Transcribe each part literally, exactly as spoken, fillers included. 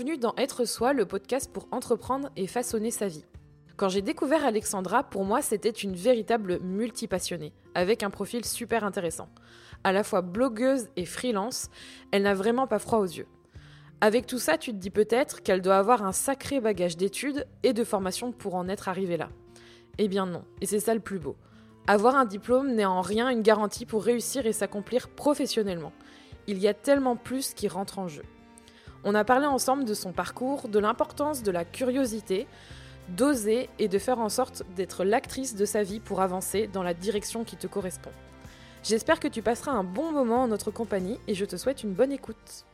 bienvenue dans Être Soi, le podcast pour entreprendre et façonner sa vie. Quand j'ai découvert Alexandra, pour moi c'était une véritable multipassionnée, avec un profil super intéressant. À la fois blogueuse et freelance, elle n'a vraiment pas froid aux yeux. Avec tout ça, tu te dis peut-être qu'elle doit avoir un sacré bagage d'études et de formation pour en être arrivée là. Eh bien non, et c'est ça le plus beau. Avoir un diplôme n'est en rien une garantie pour réussir et s'accomplir professionnellement. Il y a tellement plus qui rentre en jeu. On a parlé ensemble de son parcours, de l'importance de la curiosité, d'oser et de faire en sorte d'être l'actrice de sa vie pour avancer dans la direction qui te correspond. J'espère que tu passeras un bon moment en notre compagnie et je te souhaite une bonne écoute.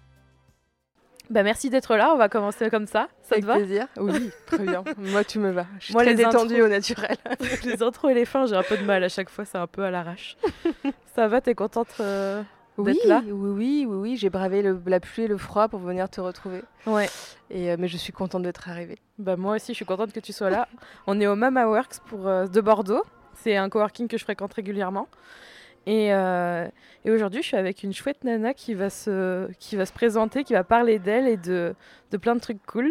Bah merci d'être là, on va commencer comme ça, ça Avec te va ? plaisir. Oui, très bien. Moi, tu me vas. Je suis Moi, très les détendue intros- au naturel. Les intros et les fins, j'ai un peu de mal à chaque fois, c'est un peu à l'arrache. Ça va, t'es contente euh, Oui, d'être là ? oui, oui, oui, oui. J'ai bravé le- la pluie et le froid pour venir te retrouver. Ouais. Et, euh, mais je suis contente d'être arrivée. Bah moi aussi, je suis contente que tu sois là. On est au Mama Works pour, euh, de Bordeaux. C'est un coworking que je fréquente régulièrement. Et, euh, et aujourd'hui, je suis avec une chouette nana qui va se, qui va se présenter, qui va parler d'elle et de, de plein de trucs cool.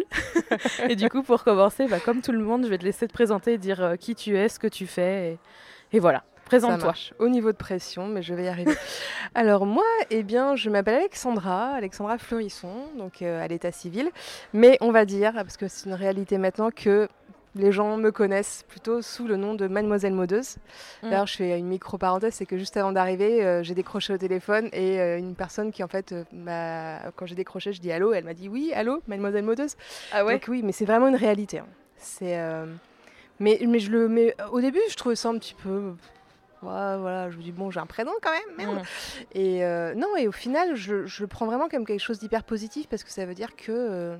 Et du coup, pour commencer, bah, comme tout le monde, je vais te laisser te présenter et dire euh, qui tu es, ce que tu fais. Et, et voilà, Ça présente-toi. marche. Au niveau de pression, mais je vais y arriver. Alors moi, eh bien, je m'appelle Alexandra, Alexandra Fleurisson, donc euh, à l'état civil. Mais on va dire, parce que c'est une réalité maintenant, que les gens me connaissent plutôt sous le nom de Mademoiselle Modeuse. Mm. D'ailleurs, je fais une micro-parenthèse, c'est que juste avant d'arriver, euh, j'ai décroché au téléphone et euh, une personne qui, en fait, euh, m'a... quand j'ai décroché, je dis allô, elle m'a dit oui, allô, Mademoiselle Modeuse. Ah Donc oui, mais c'est vraiment une réalité. hein. C'est, euh, mais, mais, je le... mais au début, je trouvais ça un petit peu... Ouais, voilà, je me dis bon, j'ai un prénom quand même, merde. Mm. Et euh, non, et au final, je, je le prends vraiment comme quelque chose d'hyper positif parce que ça veut dire que euh,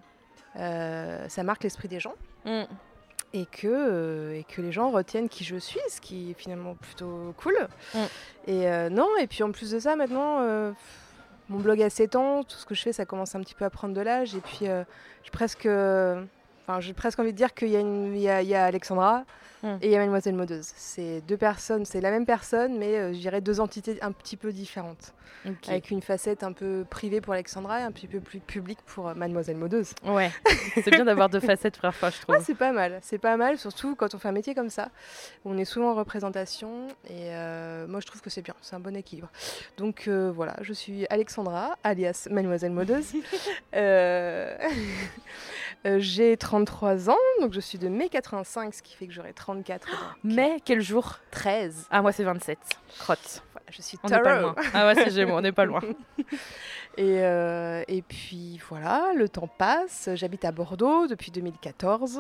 euh, ça marque l'esprit des gens. Mm. Et que, euh, et que les gens retiennent qui je suis, ce qui est finalement plutôt cool. Mm. Et euh, non, et puis en plus de ça, maintenant, euh, mon blog a sept ans, tout ce que je fais, ça commence un petit peu à prendre de l'âge. Et puis, euh, j'ai presque, euh, enfin, j'ai presque envie de dire qu'il y a, une, il y a, il y a Alexandra Mm. et il y a Mademoiselle Modeuse. C'est deux personnes, c'est la même personne, mais euh, je dirais deux entités un petit peu différentes. Ok. Avec une facette un peu privée pour Alexandra et un petit peu plus publique pour euh, Mademoiselle Modeuse. Ouais, c'est bien d'avoir deux facettes, frère, je trouve. Ah, c'est pas mal, c'est pas mal, surtout quand on fait un métier comme ça, où on est souvent en représentation, et euh, moi je trouve que c'est bien, c'est un bon équilibre. Donc euh, voilà, je suis Alexandra, alias Mademoiselle Modeuse. Euh, euh, J'ai trente-trois ans, donc je suis de mai quatre-vingt-cinq, ce qui fait que j'aurai trente-quatre dans Mais quel jour ? treize. Ah, moi c'est vingt-sept. Crotte. Voilà, je suis On n'est pas taureau. loin. Ah ouais, c'est Gémeaux, on n'est pas loin. Et, euh, et puis voilà, le temps passe. J'habite à Bordeaux depuis deux mille quatorze.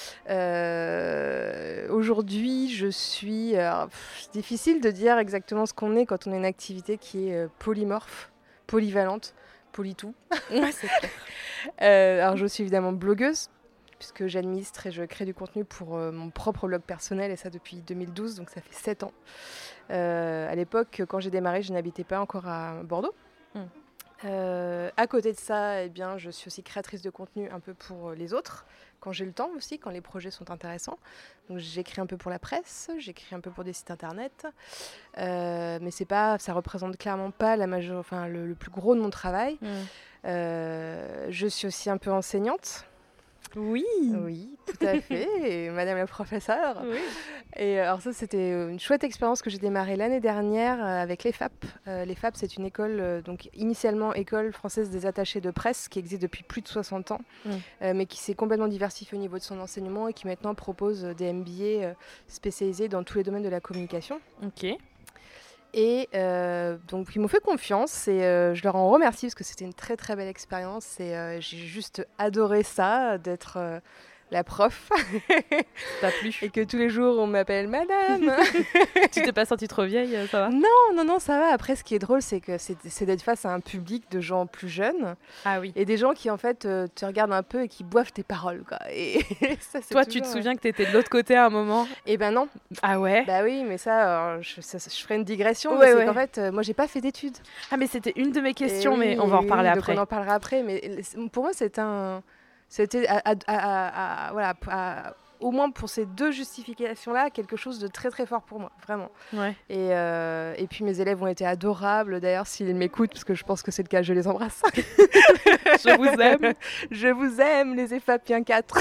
Euh, aujourd'hui, je suis... alors, pff, c'est difficile de dire exactement ce qu'on est quand on a une activité qui est euh, polymorphe, polyvalente, polytout. Ouais, c'est clair. Euh, alors je suis évidemment blogueuse, puisque j'administre et je crée du contenu pour euh, mon propre blog personnel, et ça depuis deux mille douze, donc ça fait sept ans. Euh, à l'époque, quand j'ai démarré, je n'habitais pas encore à Bordeaux. Mm. Euh, à côté de ça, eh bien, je suis aussi créatrice de contenu un peu pour les autres, quand j'ai le temps aussi, quand les projets sont intéressants. Donc j'écris un peu pour la presse, j'écris un peu pour des sites internet, euh, mais c'est pas, ça représente clairement pas la major... enfin, le, le plus gros de mon travail. Mm. Euh, je suis aussi un peu enseignante. Oui. Oui, tout à fait, et Madame la professeure. Oui. Et alors ça, c'était une chouette expérience que j'ai démarrée l'année dernière euh, avec l'E F A P. Euh, L'E F A P, c'est une école, euh, donc initialement École française des attachés de presse, qui existe depuis plus de soixante ans, Mm. euh, mais qui s'est complètement diversifiée au niveau de son enseignement et qui maintenant propose euh, des M B A euh, spécialisés dans tous les domaines de la communication. Ok. Et euh, donc ils m'ont fait confiance et euh, je leur en remercie parce que c'était une très très belle expérience et euh, j'ai juste adoré ça, d'être euh, la prof T'as plu. et que tous les jours on m'appelle madame. Tu t'es pas sentie trop vieille, ça va ? Non, non, non, ça va. Après, ce qui est drôle, c'est que c'est c'est d'être face à un public de gens plus jeunes Ah oui. et des gens qui en fait euh, te regardent un peu et qui boivent tes paroles, quoi. Et ça, c'est Toi, tu te toujours, souviens que t'étais de l'autre côté à un moment ? euh, Eh ben non. Ah ouais ? Bah oui, mais ça, euh, je, ça- je ferai une digression. Ouais, mais c'est ouais. qu'en fait, euh, moi, j'ai pas fait d'études. Ah mais c'était une de mes Et questions, mais oui, on va en oui, reparler oui, après. Donc on en parlera après. Mais pour moi, c'est un, c'était à, à- à- à- voilà, à- au moins pour ces deux justifications-là, quelque chose de très très fort pour moi, vraiment. Ouais. Et, euh, et puis mes élèves ont été adorables, d'ailleurs, s'ils m'écoutent, parce que je pense que c'est le cas, je les embrasse. Je vous aime. Je vous aime, les Effapiens quatre.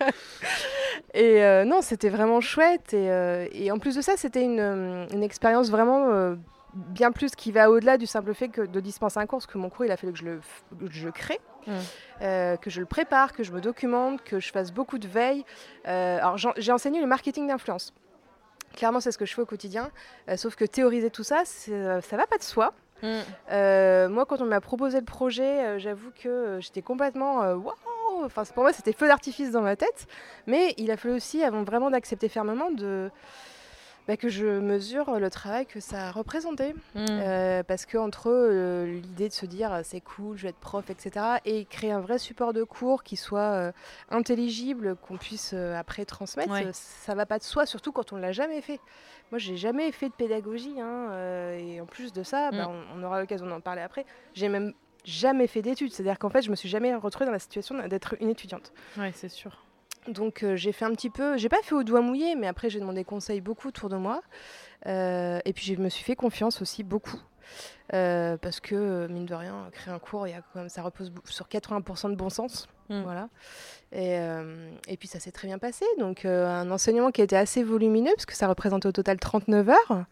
Et euh, non, c'était vraiment chouette. Et, euh, et en plus de ça, c'était une, une expérience vraiment euh, bien plus qui va au-delà du simple fait que de dispenser un cours, parce que mon cours, il a fallu que je le que je crée. Mmh. Euh, que je le prépare, que je me documente, que je fasse beaucoup de veille. Euh, alors j'ai enseigné le marketing d'influence. Clairement, c'est ce que je fais au quotidien. Euh, sauf que théoriser tout ça, euh, ça va pas de soi. Mmh. Euh, moi, quand on m'a proposé le projet, euh, j'avoue que euh, j'étais complètement waouh. Wow, enfin, pour moi, c'était feu d'artifice dans ma tête. Mais il a fallu aussi, avant vraiment d'accepter fermement, de Bah, que je mesure le travail que ça a représenté. Mmh. Euh, parce qu'entre euh, l'idée de se dire euh, c'est cool, je vais être prof, et cetera, et créer un vrai support de cours qui soit euh, intelligible, qu'on puisse euh, après transmettre, ouais. euh, ça va pas de soi, surtout quand on ne l'a jamais fait. Moi, j'ai jamais fait de pédagogie, hein, euh, et en plus de ça, mmh. bah, on, on aura l'occasion d'en parler après. J'ai même jamais fait d'études, c'est-à-dire qu'en fait, je me suis jamais retrouvée dans la situation d'être une étudiante. Ouais, c'est sûr. Donc euh, j'ai fait un petit peu, j'ai pas fait au doigt mouillé, mais après j'ai demandé conseil beaucoup autour de moi. Euh, et puis je me suis fait confiance aussi beaucoup. Euh, parce que, mine de rien, créer un cours, y a quand même, ça repose sur quatre-vingts pour cent de bon sens. Mmh. Voilà. Et, euh, et puis ça s'est très bien passé. Donc euh, un enseignement qui a été assez volumineux, parce que ça représente au total trente-neuf heures.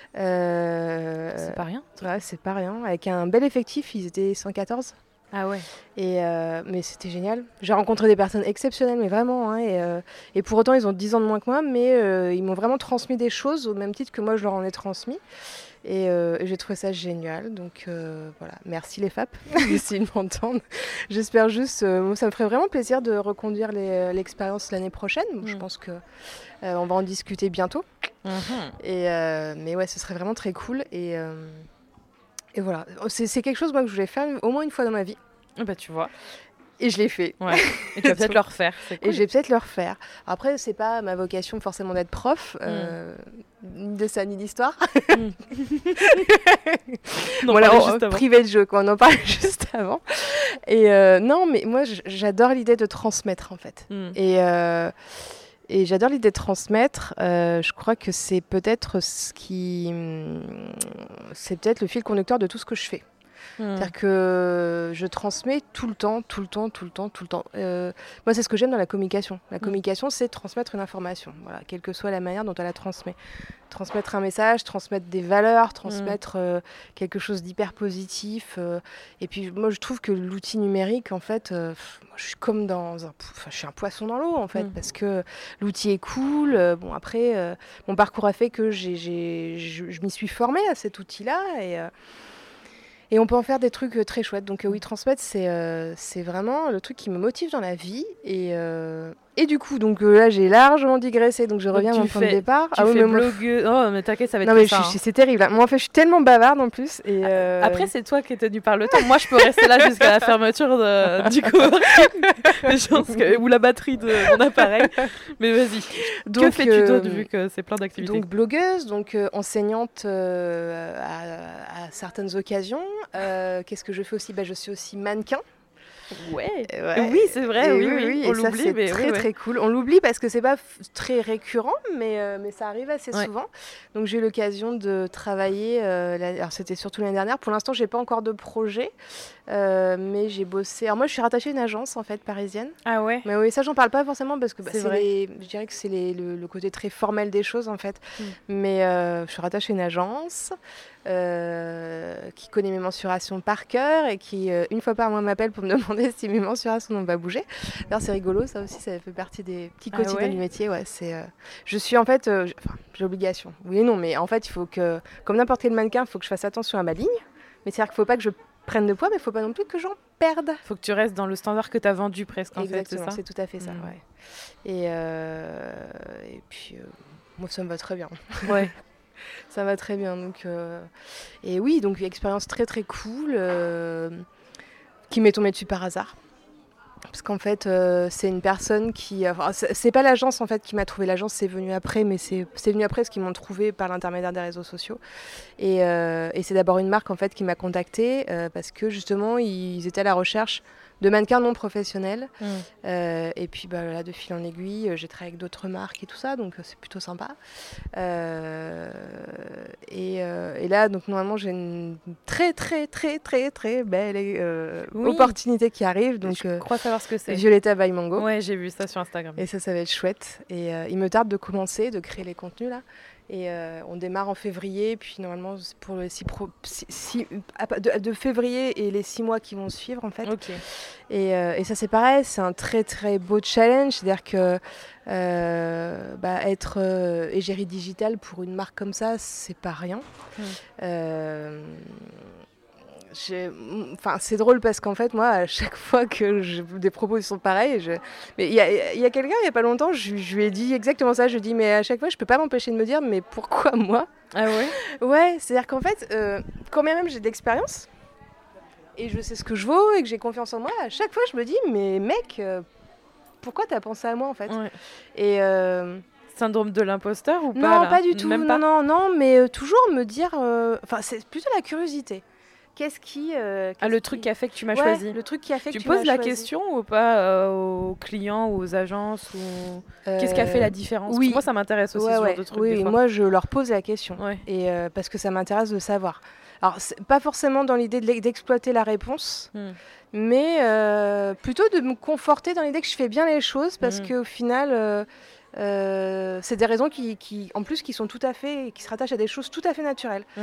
Euh, c'est pas rien. Ouais, c'est pas rien. Avec un bel effectif, ils étaient cent quatorze. Ah ouais. Et euh, mais c'était génial. J'ai rencontré des personnes exceptionnelles, mais vraiment. Hein, et, euh, et pour autant, ils ont dix ans de moins que moi, mais euh, ils m'ont vraiment transmis des choses au même titre que moi, je leur en ai transmis. Et, euh, et j'ai trouvé ça génial. Donc euh, voilà, merci les F A P, s'ils m'entendent. J'espère juste, euh, ça me ferait vraiment plaisir de reconduire les, l'expérience l'année prochaine. Mmh. Je pense qu'on euh, va en discuter bientôt. Mmh. Et, euh, mais ouais, ce serait vraiment très cool. Et... Euh, Et voilà, c'est, c'est quelque chose moi, que je voulais faire au moins une fois dans ma vie. Bah tu vois. Et je l'ai fait. Ouais. Et tu vas peut-être le refaire. C'est cool. Et je vais peut-être le refaire. Après, c'est pas ma vocation forcément d'être prof, mm. euh, ni de ça, ni d'histoire. Mm. non, voilà, on, privé de jeu, quoi, on en parlait juste avant. Et euh, non, mais moi, j'adore l'idée de transmettre, en fait. Mm. Et... Euh, Et j'adore l'idée de transmettre. Euh, je crois que c'est peut-être ce qui, c'est peut-être le fil conducteur de tout ce que je fais. Mmh. C'est-à-dire que je transmets tout le temps, tout le temps, tout le temps, tout le temps. Euh, moi, c'est ce que j'aime dans la communication. La communication, c'est transmettre une information, voilà, quelle que soit la manière dont elle la transmet. Transmettre un message, transmettre des valeurs, transmettre mmh. euh, quelque chose d'hyper positif. Euh, et puis, moi, je trouve que l'outil numérique, en fait, euh, moi, je suis comme dans un... Enfin, je suis un poisson dans l'eau, en fait, mmh. parce que l'outil est cool. Euh, bon, après, euh, mon parcours a fait que j'ai, j'ai, je, je m'y suis formée à cet outil-là. Et... Euh, Et on peut en faire des trucs très chouettes. Donc euh, oui, transmettre, c'est, euh, c'est vraiment le truc qui me motive dans la vie. Et, euh, et du coup, donc euh, là, j'ai largement digressé. Donc je reviens donc, à mon point de départ. Tu ah, fais oui, blogueuse. Moi... Oh, mais t'inquiète, ça va être non, mais ça. Je, hein. C'est terrible. Hein. Moi, en fait, je suis tellement bavarde en plus. Et, euh... Après, c'est toi qui es tenu par le temps. Moi, je peux rester là jusqu'à la fermeture de, du cours. Je pense que... Ou la batterie de mon appareil. Mais vas-y. Donc, que fais-tu euh... d'autre vu que c'est plein d'activités? Donc blogueuse, donc euh, enseignante euh, à, à certaines occasions. Euh, qu'est-ce que je fais aussi? Bah, je suis aussi mannequin. Ouais. ouais. Oui, c'est vrai. Oui, oui, oui. On et l'oublie, ça, c'est mais très, oui, très ouais. cool. On l'oublie parce que c'est pas f- très récurrent, mais, euh, mais ça arrive assez ouais. souvent. Donc, j'ai eu l'occasion de travailler. Euh, la... Alors, c'était surtout l'année dernière. Pour l'instant, j'ai pas encore de projet, euh, mais j'ai bossé. Alors, moi, je suis rattachée à une agence en fait parisienne. Ah ouais. Mais oui, ça, j'en parle pas forcément parce que bah, c'est c'est vrai. Les... je dirais que c'est les... le, le côté très formel des choses en fait. Mm. Mais euh, je suis rattachée à une agence. Euh, qui connaît mes mensurations par cœur et qui, euh, une fois par mois, m'appelle pour me demander si mes mensurations n'ont pas bougé. D'ailleurs, c'est rigolo, ça aussi, ça fait partie des petits quotidiens ah ouais. du métier. Ouais, c'est, euh, je suis en fait, euh, enfin, j'ai l'obligation, oui et non, mais en fait, il faut que, comme n'importe quel mannequin, il faut que je fasse attention à ma ligne. Mais c'est-à-dire qu'il ne faut pas que je prenne de poids, mais il ne faut pas non plus que j'en perde. Il faut que tu restes dans le standard que tu as vendu presque, en Exactement, fait, c'est ça? c'est tout à fait ça, mmh. ouais. Et, euh, et puis, euh, moi, ça me va très bien. Ouais. Ça va très bien. Donc, euh... Et oui, donc expérience très très cool euh... qui m'est tombée dessus par hasard. Parce qu'en fait, euh, c'est une personne qui... Enfin, c'est, c'est pas l'agence en fait qui m'a trouvé. L'agence, c'est venu après, mais c'est, c'est venu après parce qu'ils m'ont trouvé par l'intermédiaire des réseaux sociaux. Et, euh, et c'est d'abord une marque en fait qui m'a contactée euh, parce que justement, ils étaient à la recherche de mannequin non professionnel. Mm. Euh, et puis bah, là, de fil en aiguille, j'ai travaillé avec d'autres marques et tout ça, donc euh, c'est plutôt sympa. Euh, et, euh, et là, donc normalement, j'ai une très très très très très belle euh, Oui. opportunité qui arrive. Donc, Je euh, crois savoir ce que c'est. Violetta by Mango. Ouais, j'ai vu ça sur Instagram. Et ça, ça va être chouette. Et euh, il me tarde de commencer, de créer les contenus là. Et euh, on démarre en février, puis normalement c'est pour les six pro- six- six- de, de février et les six mois qui vont suivre en fait. Ok. Et, euh, et ça c'est pareil, c'est un très très beau challenge, c'est-à-dire que euh, bah, être euh, égérie digitale pour une marque comme ça, c'est pas rien. Mm. Euh, j'ai- Enfin, c'est drôle parce qu'en fait, moi, à chaque fois que j'ai des propositions pareilles, je... mais il y a, il y a quelqu'un, il y a pas longtemps, je, je lui ai dit exactement ça. Je lui ai dit, mais à chaque fois, je peux pas m'empêcher de me dire, mais pourquoi moi? Ah ouais? Ouais, c'est-à-dire qu'en fait, euh, quand bien même j'ai de l'expérience et je sais ce que je vaux et que j'ai confiance en moi, à chaque fois, je me dis, mais mec, euh, pourquoi t'as pensé à moi en fait? Ouais. Et euh, Syndrome de l'imposteur ou pas? non, là pas du tout. Même non, pas non, non, mais euh, toujours me dire, euh, enfin, c'est plutôt la curiosité. Qu'est-ce qui, euh, Ah, qu'est-ce le qui- truc qui a fait que tu m'as Ouais, choisi. le truc qui a fait Tu que tu poses m'as la choisi. question ou pas euh, aux clients ou aux agences ou... Qu'est-ce qui a fait la différence? oui. Parce que moi, ça m'intéresse aussi Ouais, ce ouais. genre de trucs. Oui, des oui, fois. moi je leur pose la question. Ouais. Et euh, parce que ça m'intéresse de savoir. Alors, c'est pas forcément dans l'idée de l'e- d'exploiter la réponse, Hmm. mais euh, plutôt de me conforter dans l'idée que je fais bien les choses parce Mm. qu'au final, euh, euh, c'est des raisons qui, qui, en plus, qui sont tout à fait, qui se rattachent à des choses tout à fait naturelles. Hmm.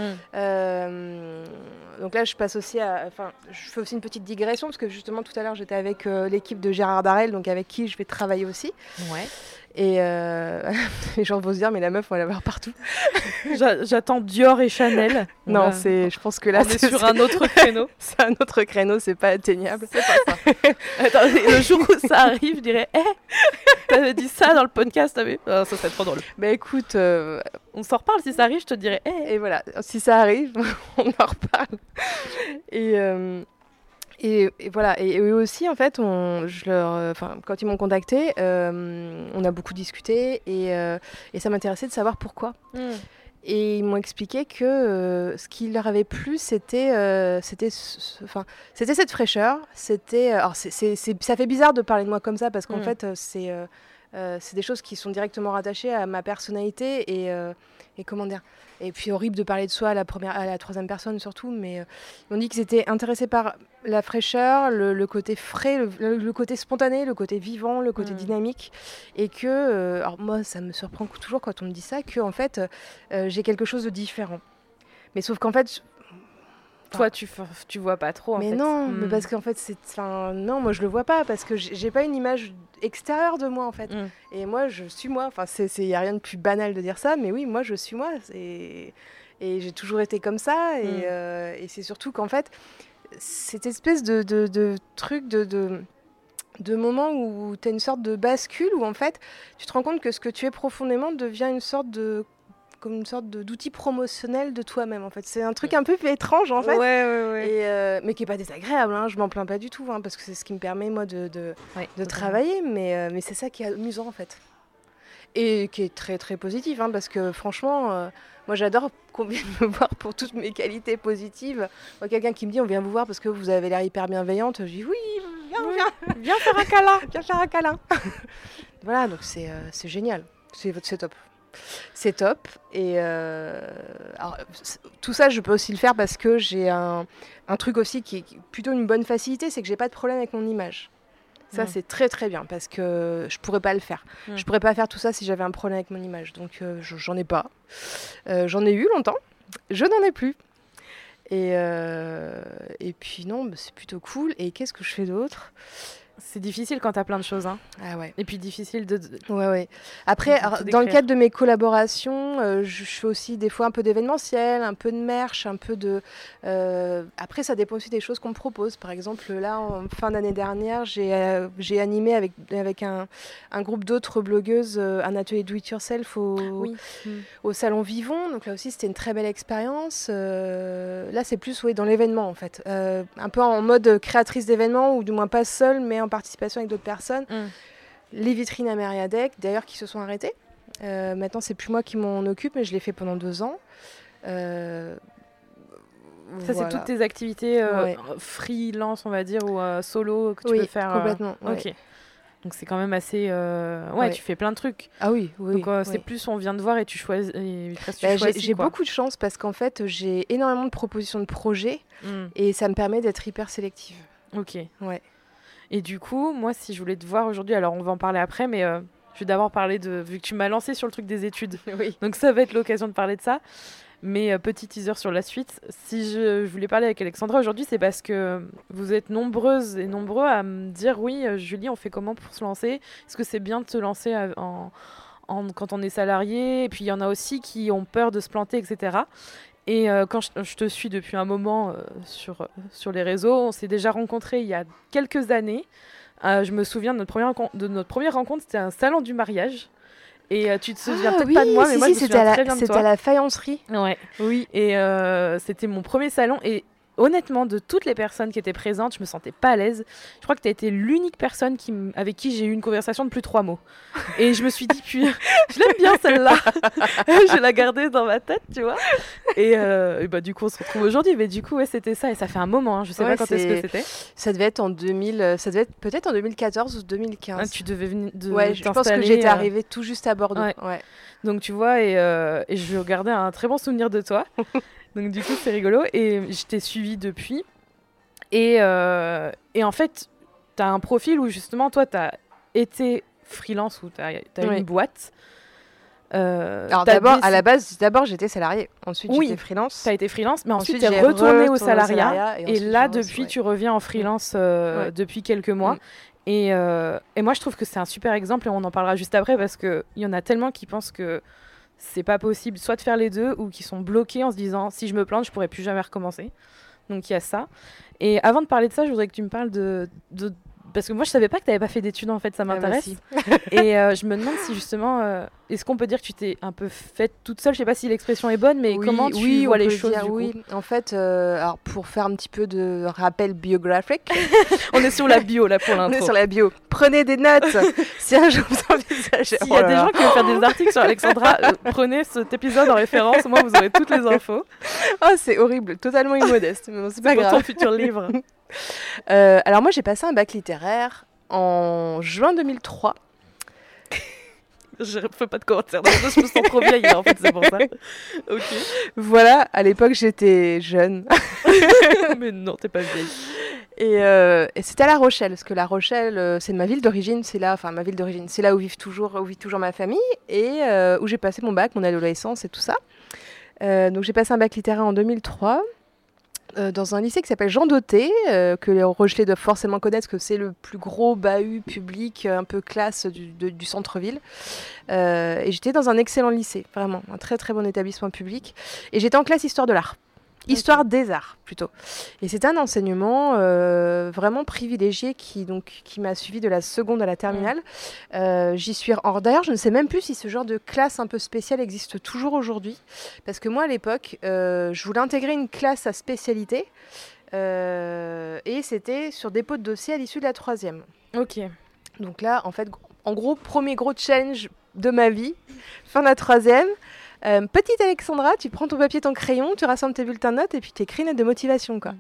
Euh, donc là, je passe aussi à, enfin, je fais aussi une petite digression parce que justement tout à l'heure, j'étais avec euh, l'équipe de Gérard Darel, donc avec qui je vais travailler aussi. Ouais. Et euh, les gens vont se dire, mais la meuf, on va la voir partout. J'a- J'attends Dior et Chanel. On Non, va- c'est, je pense que là, on est sur un autre créneau. c'est un autre créneau, c'est pas atteignable. C'est pas ça. Attends, le jour où ça arrive, je dirais hé, t'avais dit ça dans le podcast, t'avais... Ah, ça serait trop drôle. Bah écoute, euh, On s'en reparle, si ça arrive, je te dirais hé. et voilà, si ça arrive, on en reparle. Et, euh, et, et voilà, et eux aussi, en fait, on, je leur, enfin, quand ils m'ont contacté, euh, on a beaucoup discuté et, euh, et ça m'intéressait de savoir pourquoi. Hmm. Et ils m'ont expliqué que euh, ce qui leur avait plu, c'était, euh, c'était, ce- ce- enfin, c'était cette fraîcheur. C'était, euh, alors c'est, c'est, c'est- ça fait bizarre de parler de moi comme ça parce qu'en Mm. fait, euh, c'est, euh, euh, c'est des choses qui sont directement rattachées à ma personnalité et, euh, et comment dire. Et puis horrible de parler de soi à la première, à la troisième personne surtout. Mais euh, ils m'ont dit qu'ils étaient intéressés par la fraîcheur, le, le côté frais, le, le- le côté spontané, le côté vivant, le côté Mm. dynamique, et que, euh, alors moi, ça me surprend toujours quand on me dit ça, que en fait, euh, j'ai quelque chose de différent. Mais sauf qu'en fait, Toi, tu, f- tu vois pas trop, en mais fait. non, Hmm. mais parce qu'en fait, c'est, enfin, non, moi je le vois pas parce que j'ai j'ai pas une image extérieure de moi en fait. Hmm. Et moi, je suis moi. Enfin, c'est, c'est, y a rien de plus banal de dire ça, mais oui, moi, je suis moi. Et, et j'ai toujours été comme ça. Et, Mm. euh, et c'est surtout qu'en fait, cette espèce de, de, de truc de, de, de moment où tu as une sorte de bascule où en fait, tu te rends compte que ce que tu es profondément devient une sorte de comme une sorte de, d'outil promotionnel de toi-même en fait. C'est un truc un peu étrange en fait. Ouais, ouais, ouais. Et euh, mais qui est pas désagréable, hein, je m'en plains pas du tout, hein, parce que c'est ce qui me permet moi de, de, Ouais, de totalement. travailler, mais, euh, mais c'est ça qui est amusant en fait. Et qui est très très positif, hein, parce que franchement, euh, moi j'adore qu'on vienne me voir pour toutes mes qualités positives. Moi, quelqu'un qui me dit on vient vous voir parce que vous avez l'air hyper bienveillante, je dis oui, viens, viens, Viens faire un câlin. viens faire un câlin. Voilà, donc c'est euh, c'est génial, c'est c'est top. C'est top. Et euh, alors, c- tout ça, je peux aussi le faire parce que j'ai un, un truc aussi qui est qui est plutôt une bonne facilité, c'est que j'ai pas de problème avec mon image. Ça, Mm. c'est très très bien parce que je pourrais pas le faire. Mm. Je pourrais pas faire tout ça si j'avais un problème avec mon image. Donc, euh, je- j'en ai pas. Euh, j'en ai eu longtemps. Je n'en ai plus. Et, euh, et puis, non, bah, c'est plutôt cool. Et qu'est-ce que je fais d'autre ? C'est difficile quand t'as plein de choses, hein. Ah ouais. Et puis difficile de... de- Ouais, ouais. Après, On peut alors, tout dans le décrire. cadre de mes collaborations, euh, je, je fais aussi des fois un peu d'événementiel, un peu de merch, un peu de... euh, Après, ça dépend aussi des choses qu'on me propose. Par exemple, là, en fin d'année dernière, j'ai euh, j'ai animé avec, avec un, un groupe d'autres blogueuses euh, un atelier do-it-yourself au, Oui. Mm. au Salon Vivon. Donc là aussi, c'était une très belle expérience. Euh, là, c'est plus oui, dans l'événement, en fait. Euh, un peu en mode créatrice d'événements, ou du moins pas seule, mais en participation avec d'autres personnes. Mm. Les vitrines à Mériadec, d'ailleurs, qui se sont arrêtées. Euh, maintenant, c'est plus moi qui m'en occupe, mais je l'ai fait pendant deux ans. Euh, Ça, voilà. c'est toutes tes activités euh, Ouais. freelance, on va dire, ou euh, solo que tu Oui, peux faire. euh, complètement. ouais. Ok. Donc c'est quand même assez. euh, Ouais, Ouais. tu fais plein de trucs. Ah oui, oui. Donc euh, oui. c'est plus on vient de voir et tu choisis. Et presque tu Bah, j'ai choisis. j'ai quoi. beaucoup de chance parce qu'en fait, j'ai énormément de propositions de projets Mm. et ça me permet d'être hyper sélective. Ok. Ouais. Et du coup, moi, si je voulais te voir aujourd'hui, alors on va en parler après, mais euh, je vais d'abord parler de. Vu que tu m'as lancé sur le truc des études. Oui. Donc ça va être l'occasion de parler de ça. Mais euh, petit teaser sur la suite. Si je, je voulais parler avec Alexandra aujourd'hui, c'est parce que vous êtes nombreuses et nombreux à me dire oui, euh, Julie, on fait comment pour se lancer? Est-ce que c'est bien de se lancer à- en, en- quand on est salarié? Et puis il y en a aussi qui ont peur de se planter, et cetera. Et euh, quand je, je te suis depuis un moment euh, sur, sur les réseaux, on s'est déjà rencontrés il y a quelques années. Euh, je me souviens de notre première, rencon- de notre première rencontre, c'était un salon du mariage. Et euh, tu te souviens Ah peut-être oui, pas de moi, mais si, moi si, je me c'était souviens à très la, bien de c'était toi. à la faïencerie. Ouais. Oui. Et euh, c'était mon premier salon. Et honnêtement, de toutes les personnes qui étaient présentes, je me sentais pas à l'aise. Je crois que tu as été l'unique personne qui m- avec qui j'ai eu une conversation de plus de trois mots. Et je me suis dit, puis, je l'aime bien celle-là. Je la gardais dans ma tête, tu vois. Et, euh, et bah, du coup, on se retrouve aujourd'hui. Mais du coup, ouais, c'était ça. Et ça fait un moment. Hein. Je sais Ouais, pas quand est-ce que c'est- c'était. Ça devait être en deux mille, euh, ça devait être peut-être en deux mille quatorze ou deux mille Ah, quinze. tu devais venir de Ouais, je pense que t'installer, j'étais euh, arrivée tout juste à Bordeaux. ouais. Ouais. Donc tu vois, et, euh, et je gardais un très bon souvenir de toi. Donc du coup, c'est rigolo. Et je t'ai suivi depuis. Et, euh, et en fait, tu as un profil où justement, toi, tu as été freelance ou tu as, Oui. une boîte. Euh, Alors t'as d'abord, déc- à la base, d'abord j'étais salariée. Ensuite Oui. j'étais freelance. Tu as été freelance, mais ensuite, Ensuite, tu es j'ai retourné au retourné au salariat. salariat, et Et, ensuite, là, je relance, depuis, ouais. tu reviens en freelance euh, Ouais. depuis quelques mois. Mm. Et, euh, et moi, je trouve que c'est un super exemple, et on en parlera juste après, parce qu'il y en a tellement qui pensent que c'est pas possible, soit de faire les deux, ou qui sont bloqués en se disant si je me plante, je pourrais plus jamais recommencer. Donc il y a ça. Et avant de parler de ça, je voudrais que tu me parles de. de... Parce que moi, je savais pas que tu n'avais pas fait d'études, en fait, ça Ah bah m'intéresse. si. Et euh, je me demande si justement, euh, est-ce qu'on peut dire que tu t'es un peu faite toute seule? Je sais pas si l'expression est bonne, mais Oui, comment tu oui, vois on les peut choses dire du coup? oui. En fait, euh, alors pour faire un petit peu de rappel biographique, On est sur la bio là pour on l'intro. est sur la bio. Prenez des notes si un jour vous envisagez. S'il y a des gens qui veulent faire des articles sur Alexandra, euh, prenez cet épisode en référence, au moins vous aurez toutes les infos. Oh, c'est horrible, totalement immodeste. Mais bon, c'est pas C'est pour ton grave. futur livre. Euh, alors moi, j'ai passé un bac littéraire en juin deux mille trois. Je fais pas de commentaires. Non, je me sens trop vieille là, en fait, c'est pour ça. Ok. Voilà, à l'époque, j'étais jeune. Mais non, t'es pas vieille. Et, euh, et c'était à La Rochelle, parce que La Rochelle, euh, c'est ma ville d'origine, c'est là, enfin ma ville d'origine, c'est là où vit toujours, où vit toujours ma famille et euh, où j'ai passé mon bac, mon adolescence et tout ça. Euh, donc j'ai passé un bac littéraire en deux mille trois euh, dans un lycée qui s'appelle Jean Dauté, euh, que les Rochelais doivent forcément connaître, parce que c'est le plus gros bahut public, euh, un peu classe du, de- du centre-ville. Euh, et j'étais dans un excellent lycée, vraiment, un très très bon établissement public. Et j'étais en classe histoire de l'art. Histoire okay. des arts, plutôt. Et c'est un enseignement euh, vraiment privilégié qui, donc, qui m'a suivi de la seconde à la terminale. Mmh. Euh, j'y suis... En... D'ailleurs, je ne sais même plus si ce genre de classe un peu spéciale existe toujours aujourd'hui. Parce que moi, à l'époque, euh, je voulais intégrer une classe à spécialité. Euh, et c'était sur dépôt de dossier à l'issue de la troisième. Ok. Donc là, en fait, en gros, premier gros challenge de ma vie. Fin de la troisième. Euh, petite Alexandra, tu prends ton papier, ton crayon, tu rassembles tes bulletins de notes et puis tu écris une lettre de motivation, quoi. Mmh.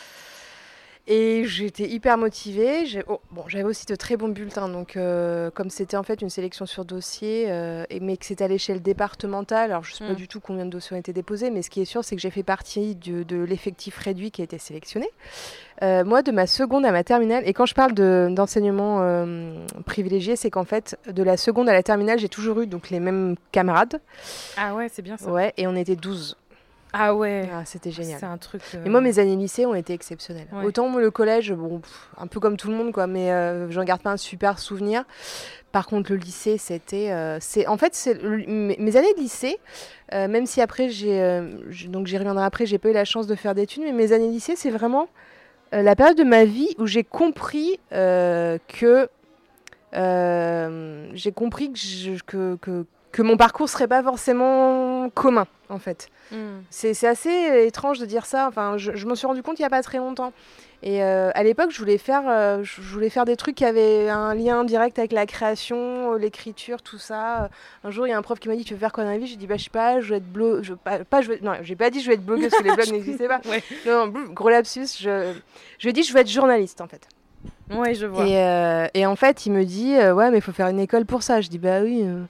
Et j'étais hyper motivée. J'ai... Oh, bon, j'avais aussi de très bons bulletins, donc euh, comme c'était en fait une sélection sur dossier, euh, et, mais que c'était à l'échelle départementale, alors je ne sais mmh. pas du tout combien de dossiers ont été déposés, mais ce qui est sûr, c'est que j'ai fait partie de, de l'effectif réduit qui a été sélectionné. Euh, moi, de ma seconde à ma terminale, et quand je parle de, d'enseignement euh, privilégié, c'est qu'en fait, de la seconde à la terminale, j'ai toujours eu donc, les mêmes camarades. Ah ouais, c'est bien ça. Ouais, et on était douze. Ah ouais, ah, c'était génial. C'est un truc. Euh... Et moi, mes années lycée ont été exceptionnelles. Ouais. Autant moi, le collège, bon, pff, un peu comme tout le monde, quoi, mais euh, j'en garde pas un super souvenir. Par contre, le lycée, c'était, euh, c'est, en fait, c'est le, mes, mes années de lycée, euh, même si après, j'ai, euh, j', donc j'y reviendrai après, j'ai pas eu la chance de faire d'études, mais mes années de lycée, c'est vraiment euh, la période de ma vie où j'ai compris euh, que euh, j'ai compris que, je, que, que que mon parcours serait pas forcément commun, en fait. Mm. C'est, c'est assez étrange de dire ça. Enfin, je, je m'en suis rendu compte il y a pas très longtemps. Et euh, à l'époque, je voulais faire, euh, je voulais faire des trucs qui avaient un lien direct avec la création, euh, l'écriture, tout ça. Un jour, il y a un prof qui m'a dit, tu veux faire quoi dans la vie ? J'ai dit, bah je sais pas, je veux être blogueuse. Je, pas, pas, je veux... Non, j'ai pas dit je veux être blogueuse parce que les blogs n'existaient pas. Ouais. Non, non, gros lapsus. Je, je lui ai dit, je veux être journaliste en fait. Ouais, je vois. Et, euh, et en fait, il me dit, euh, ouais, mais il faut faire une école pour ça. Je dis, bah oui. Euh...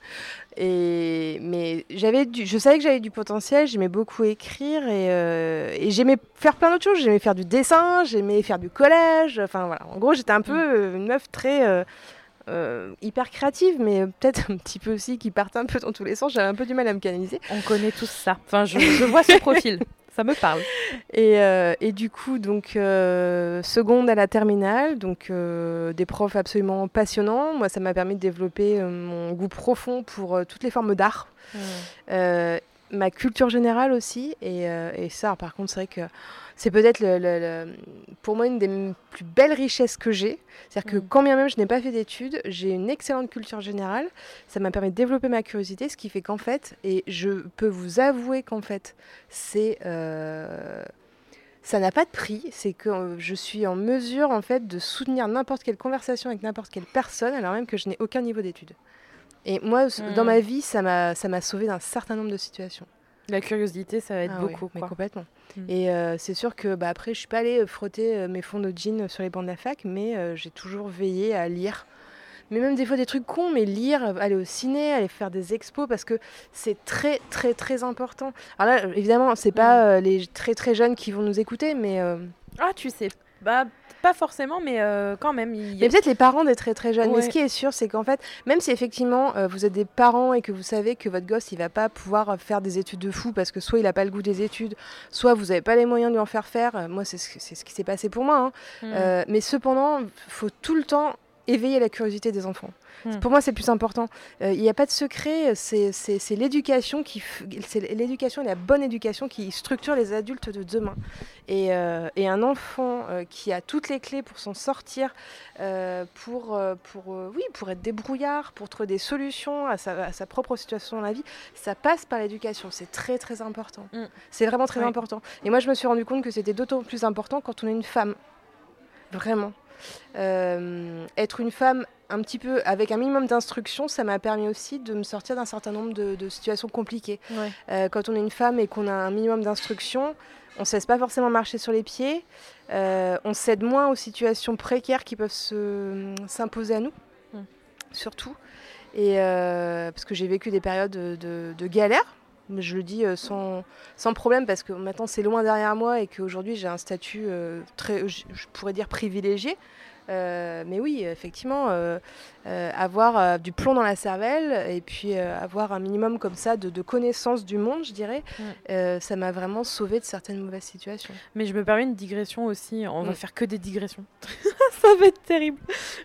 Et mais j'avais du, je savais que j'avais du potentiel, j'aimais beaucoup écrire et, euh, et j'aimais faire plein d'autres choses. J'aimais faire du dessin, j'aimais faire du collage. Enfin voilà, en gros j'étais un peu euh, une meuf très euh, euh, hyper créative, mais peut-être un petit peu aussi qui partait un peu dans tous les sens. J'avais un peu du mal à me canaliser. On connaît tous ça. Enfin, je, je vois ce profil. Ça me parle. Et, euh, et du coup, donc, euh, seconde à la terminale, donc euh, des profs absolument passionnants. Moi, ça m'a permis de développer euh, mon goût profond pour euh, toutes les formes d'art. Mmh. Euh, ma culture générale aussi. Et, euh, et ça, par contre, c'est vrai que c'est peut-être le, le, le, pour moi une des plus belles richesses que j'ai. C'est-à-dire que mmh. quand bien même je n'ai pas fait d'études, j'ai une excellente culture générale. Ça m'a permis de développer ma curiosité, ce qui fait qu'en fait, et je peux vous avouer qu'en fait, c'est, euh, ça n'a pas de prix. C'est que je suis en mesure en fait de soutenir n'importe quelle conversation avec n'importe quelle personne, alors même que je n'ai aucun niveau d'études. Et moi, mmh. dans ma vie, ça m'a, ça m'a sauvée d'un certain nombre de situations. La curiosité, ça va être ah beaucoup. Oui, mais quoi. complètement. Mmh. Et euh, c'est sûr que bah, après, je suis pas allée frotter euh, mes fonds de jean sur les bancs de la fac, mais euh, j'ai toujours veillé à lire. Mais même des fois des trucs cons, mais lire, aller au ciné, aller faire des expos, parce que c'est très, très, très important. Alors là, évidemment, c'est pas euh, les très, très jeunes qui vont nous écouter, mais... Euh... Ah, tu sais, bah... Pas forcément, mais euh, quand même. Il y a... Mais peut-être les parents des très très jeunes. Ouais. Mais ce qui est sûr, c'est qu'en fait, même si effectivement euh, vous êtes des parents et que vous savez que votre gosse il va pas pouvoir faire des études de fou parce que soit il a pas le goût des études, soit vous avez pas les moyens de lui en faire faire. Euh, moi, c'est ce, c'est ce qui s'est passé pour moi. Hein. Mmh. Euh, mais cependant, faut tout le temps éveiller la curiosité des enfants. Mmh. Pour moi, c'est le plus important. Il euh, n'y a pas de secret. C'est, c'est, c'est l'éducation qui, f... c'est l'éducation et la bonne éducation qui structure les adultes de demain. Et, euh, et un enfant euh, qui a toutes les clés pour s'en sortir, euh, pour, euh, pour, euh, oui, pour être débrouillard, pour trouver des solutions à sa, à sa propre situation dans la vie, ça passe par l'éducation. C'est très, très important. Mmh. C'est vraiment très oui. important. Et moi, je me suis rendu compte que c'était d'autant plus important quand on est une femme. Vraiment. Euh, être une femme un petit peu avec un minimum d'instruction, ça m'a permis aussi de me sortir d'un certain nombre de, de situations compliquées. Ouais. Euh, quand on est une femme et qu'on a un minimum d'instruction, on ne se laisse pas forcément marcher sur les pieds, euh, on cède moins aux situations précaires qui peuvent se, s'imposer à nous, mmh. surtout. Et, euh, parce que j'ai vécu des périodes de, de, de galère. Je le dis euh, sans, sans problème parce que maintenant c'est loin derrière moi et qu'aujourd'hui j'ai un statut euh, très, je, je pourrais dire privilégié. Euh, mais oui, effectivement, euh, euh, avoir euh, du plomb dans la cervelle et puis euh, avoir un minimum comme ça de, de connaissance du monde, je dirais, mm. euh, ça m'a vraiment sauvée de certaines mauvaises situations. Mais je me permets une digression aussi, on mm. va faire que des digressions. Ça va être terrible.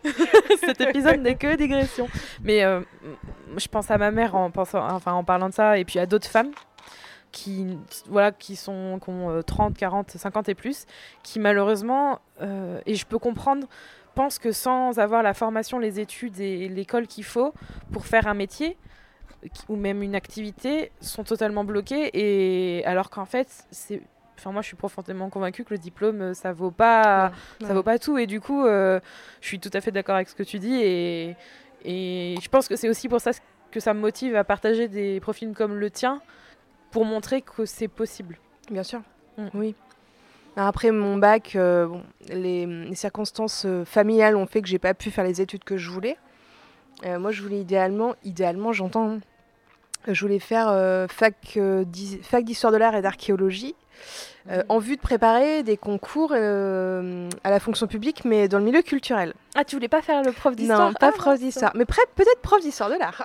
Cet épisode n'est que digression. Mais euh, je pense à ma mère en, pensant, enfin, en parlant de ça et puis à d'autres femmes qui, voilà, qui, sont, qui ont trente, quarante, cinquante et plus, qui malheureusement, euh, et je peux comprendre, pensent que sans avoir la formation, les études et l'école qu'il faut pour faire un métier, ou même une activité, sont totalement bloquées, et alors qu'en fait, c'est... Enfin, moi, je suis profondément convaincue que le diplôme, ça vaut pas, ouais, ça ouais. vaut pas tout. Et du coup, euh, je suis tout à fait d'accord avec ce que tu dis. Et, et je pense que c'est aussi pour ça que ça me motive à partager des profils comme le tien, pour montrer que c'est possible. Bien sûr, mmh. oui. Après mon bac, euh, bon, les, les circonstances euh, familiales ont fait que j'ai pas pu faire les études que je voulais. Euh, moi, je voulais idéalement, idéalement, j'entends, je voulais faire euh, fac, euh, fac d'histoire de l'art et d'archéologie. Euh, en vue de préparer des concours euh, à la fonction publique, mais dans le milieu culturel. Ah, tu voulais pas faire le prof d'histoire ? Non, pas ah, prof d'histoire, mais près, peut-être prof d'histoire de l'art.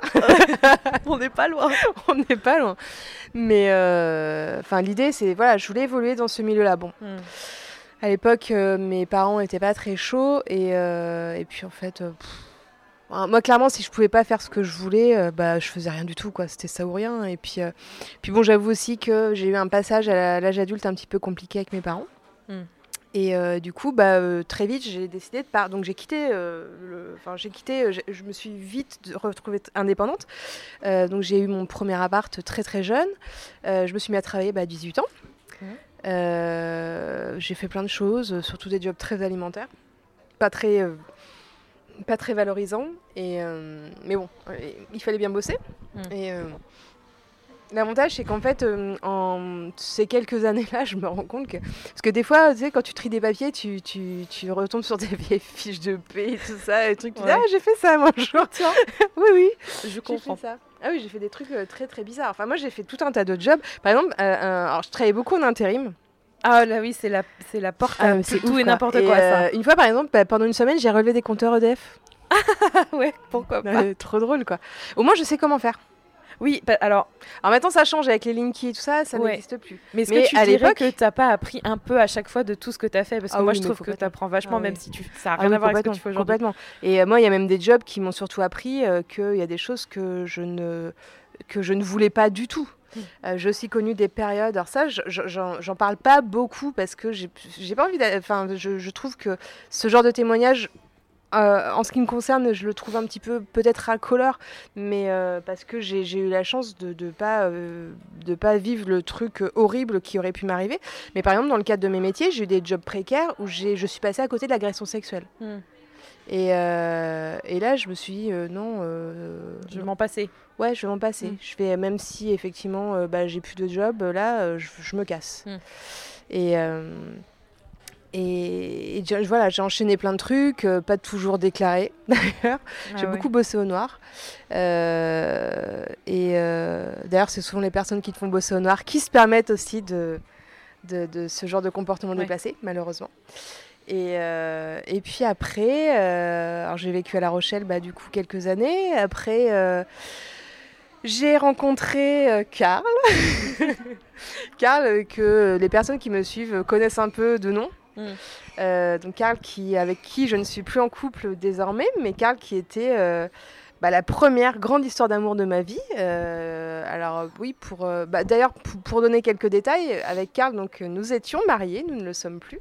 On n'est pas loin. On n'est pas loin. Mais enfin, euh, l'idée, c'est, voilà, je voulais évoluer dans ce milieu-là. Bon, mm. à l'époque, euh, mes parents n'étaient pas très chauds, et, euh, et puis en fait... Euh, moi, clairement, si je pouvais pas faire ce que je voulais, euh, bah, je faisais rien du tout, quoi. C'était ça ou rien. Et puis, euh, puis bon, j'avoue aussi que j'ai eu un passage à l'âge adulte un petit peu compliqué avec mes parents. Mm. Et euh, du coup, bah, euh, très vite, j'ai décidé de partir. Donc j'ai quitté, euh, le... enfin, j'ai quitté, j'ai... je me suis vite retrouvée indépendante. Euh, donc j'ai eu mon premier appart très très jeune. Euh, je me suis mis à travailler bah, à dix-huit ans. Mmh. Euh, j'ai fait plein de choses, surtout des jobs très alimentaires, pas très, euh, pas très valorisants. Et, euh, mais bon, il fallait bien bosser. Mmh. Et euh, l'avantage, c'est qu'en fait, euh, en ces quelques années-là, je me rends compte que... Parce que des fois, tu sais, quand tu tries des papiers, tu, tu, tu retombes sur des vieilles fiches de paie et tout ça, et trucs, tu dis, ah, j'ai fait ça, moi, un jour. Tiens. oui, oui, je comprends. Fait ça. Ah oui, j'ai fait des trucs euh, très, très bizarres. Enfin, moi, j'ai fait tout un tas de jobs. Par exemple, euh, euh, alors, je travaillais beaucoup en intérim. Ah là oui, c'est la, c'est la porte à ah, c'est tout ouf, et n'importe quoi, et, ça. Euh, une fois, par exemple, bah, pendant une semaine, j'ai relevé des compteurs E D F. ouais, pourquoi pas. Euh, trop drôle, quoi. Au moins, je sais comment faire. Oui, bah, alors... Alors maintenant, ça change avec les Linky et tout ça, ça ouais. n'existe plus. Mais est-ce Mais que tu à dirais que tu n'as pas appris un peu à chaque fois de tout ce que tu as fait? Parce que ah moi, oui, je trouve que tu apprends vachement, ah même oui. si tu... ça n'a rien ah oui, à voir avec ce que tu fais aujourd'hui. Complètement. Et euh, moi, il y a même des jobs qui m'ont surtout appris euh, qu'il y a des choses que je ne, que je ne voulais pas du tout. Mmh. Euh, j'ai aussi connu des périodes, alors ça, je, j'en, j'en parle pas beaucoup parce que j'ai, j'ai pas envie de... Enfin, je, je trouve que ce genre de témoignage... Euh, en ce qui me concerne, je le trouve un petit peu peut-être racoleur, mais euh, parce que j'ai, j'ai eu la chance de ne de pas, euh, de pas vivre le truc horrible qui aurait pu m'arriver. Mais par exemple, dans le cadre de mes métiers, j'ai eu des jobs précaires où j'ai, je suis passée à côté de l'agression sexuelle. Mm. Et, euh, et là, je me suis dit, euh, non... Euh, je vais m'en passer. Ouais, je vais m'en passer. Mm. Je fais, même si, effectivement, euh, bah, j'ai plus de job, là, euh, je, je me casse. Mm. Et... Euh, Et, et voilà, j'ai enchaîné plein de trucs, euh, pas toujours déclarés d'ailleurs. Ah j'ai ouais. beaucoup bossé au noir. Euh, et euh, d'ailleurs, c'est souvent les personnes qui te font bosser au noir qui se permettent aussi de, de, de ce genre de comportement ouais. déplacé, malheureusement. Et, euh, et puis après, euh, alors j'ai vécu à La Rochelle bah, du coup quelques années. Après, euh, j'ai rencontré euh, Karl. Karl, que les personnes qui me suivent connaissent un peu de nom. Mmh. Euh, donc Karl qui, avec qui je ne suis plus en couple désormais, mais Karl qui était euh, bah, la première grande histoire d'amour de ma vie. Euh, alors oui, pour, euh, bah, d'ailleurs pour, pour donner quelques détails, avec Karl donc, nous étions mariés, nous ne le sommes plus.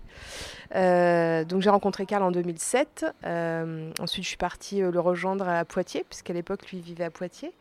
Euh, donc j'ai rencontré Karl en deux mille sept. Euh, ensuite je suis partie euh, le rejoindre à Poitiers, puisqu'à l'époque lui vivait à Poitiers.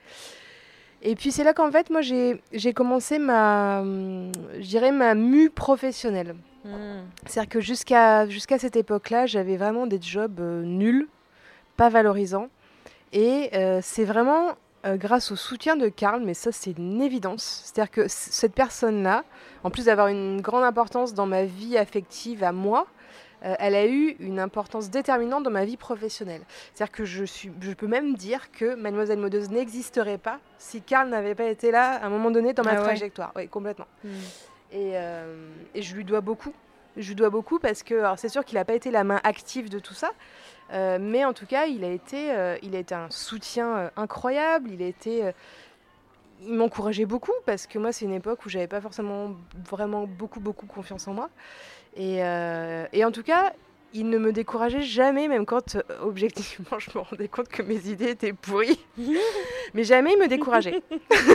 Et puis c'est là qu'en fait moi j'ai, j'ai commencé ma, je dirais ma mue professionnelle. Mmh. C'est-à-dire que jusqu'à, jusqu'à cette époque-là, j'avais vraiment des jobs euh, nuls, pas valorisants. Et euh, c'est vraiment euh, grâce au soutien de Karl, mais ça c'est une évidence. C'est-à-dire que c- cette personne-là, en plus d'avoir une grande importance dans ma vie affective à moi, euh, elle a eu une importance déterminante dans ma vie professionnelle. C'est-à-dire que je, suis, je peux même dire que Mademoiselle Modeuse n'existerait pas si Karl n'avait pas été là à un moment donné dans ma ah trajectoire. Ouais. Oui, complètement. Mmh. Et, euh, et je lui dois beaucoup. Je lui dois beaucoup parce que, alors c'est sûr qu'il n'a pas été la main active de tout ça, euh, mais en tout cas, il a été, euh, il a été un soutien euh, incroyable. Il a été, euh, il m'encourageait beaucoup parce que moi, c'est une époque où j'avais pas forcément vraiment beaucoup, beaucoup confiance en moi. Et, euh, et en tout cas, il ne me décourageait jamais, même quand, euh, objectivement, je me rendais compte que mes idées étaient pourries. Mais jamais il me décourageait.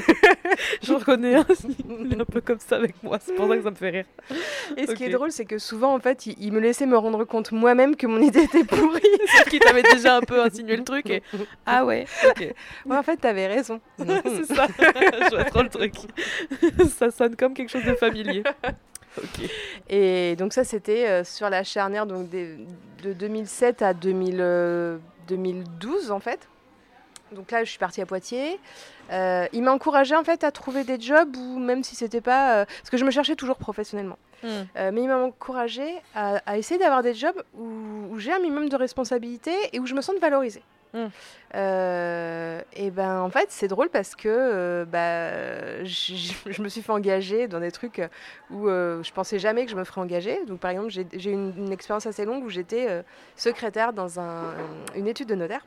Je reconnais un, il est un peu comme ça avec moi, c'est pour ça que ça me fait rire. Et ce okay. qui est drôle, c'est que souvent, en fait, il, il me laissait me rendre compte moi-même que mon idée était pourrie. Sauf qu'il t'avait déjà un peu insinué le truc et... Ah ouais, ok. Ouais, en fait, t'avais raison. C'est ça, je vois trop le truc. Ça sonne comme quelque chose de familier. Okay. Et donc ça, c'était euh, sur la charnière donc, des, de deux mille sept à deux mille, euh, deux mille douze, en fait. Donc là, je suis partie à Poitiers. Euh, il m'a encouragée en fait à trouver des jobs où même si c'était pas... Euh, parce que je me cherchais toujours professionnellement. Mm. Euh, mais il m'a encouragée à, à essayer d'avoir des jobs où, où j'ai un minimum de responsabilité et où je me sens valorisée. Mm. Euh, et ben en fait c'est drôle parce que euh, bah, je me suis fait engager dans des trucs où euh, je pensais jamais que je me ferais engager. Donc par exemple j'ai, j'ai une, une expérience assez longue où j'étais euh, secrétaire dans un, une étude de notaire.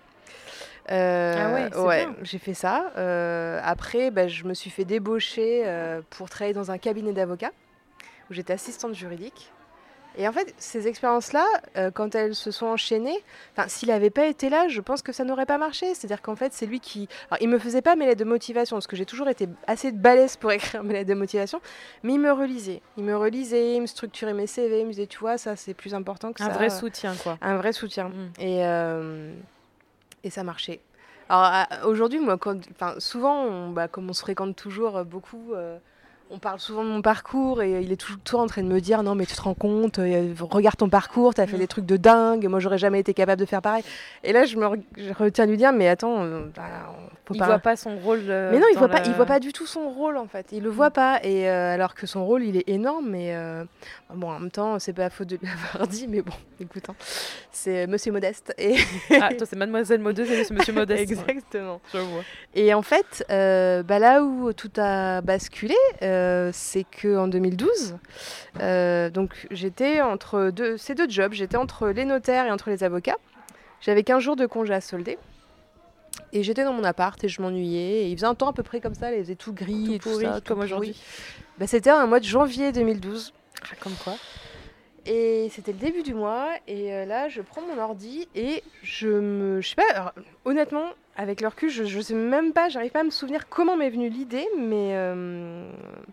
Euh, ah ouais, c'est ouais bien. J'ai fait ça. Euh, après, bah, je me suis fait débaucher euh, pour travailler dans un cabinet d'avocats où j'étais assistante juridique. Et en fait, ces expériences-là, euh, quand elles se sont enchaînées, enfin, s'il n'avait pas été là, je pense que ça n'aurait pas marché. C'est-à-dire qu'en fait, c'est lui qui... Alors, il me faisait pas mes lettres de motivation, parce que j'ai toujours été assez balèze pour écrire mes lettres de motivation, mais il me relisait. Il me relisait, il me structurait mes C V, il me disait, tu vois, ça, c'est plus important que Un ça. vrai soutien, quoi. Un vrai soutien. Mm. Et, euh, et ça marchait. Alors, à- aujourd'hui, moi, quand... enfin, souvent, on- bah, comme on se fréquente toujours euh, beaucoup... euh, on parle souvent de mon parcours et il est tout le temps en train de me dire non mais tu te rends compte, euh, regarde ton parcours, t'as fait Mm. des trucs de dingue, moi j'aurais jamais été capable de faire pareil. Et là je me re- je retiens de lui dire mais attends, euh, bah, faut Il pas... voit pas son rôle. euh, Mais non, il dans voit pas, le- il voit pas du tout son rôle en fait. Il le voit Mm. pas et euh, alors que son rôle il est énorme. Mais euh, bon, en même temps, c'est pas à faute de lui avoir dit. Mais bon, écoute, hein, c'est Monsieur Modeste et Ah, toi, c'est Mademoiselle Modeuse et c'est Monsieur Modeste. exactement. Je vois. Et en fait, euh, bah là où tout a basculé, euh, c'est que en deux mille douze, euh, donc j'étais entre deux, ces deux jobs, j'étais entre les notaires et entre les avocats. J'avais quinze jours de congé à solder. Et j'étais dans mon appart et je m'ennuyais. Et il faisait un temps à peu près comme ça, il faisait tout gris Tout et tout pourri, ça, tout comme pourri. aujourd'hui. Bah, c'était un mois de janvier deux mille douze. Ah, comme quoi. Et c'était le début du mois. Et euh, là, je prends mon ordi et je me... Je sais pas, alors, honnêtement, avec le recul, je, je sais même pas, j'arrive pas à me souvenir comment m'est venue l'idée. Mais, euh,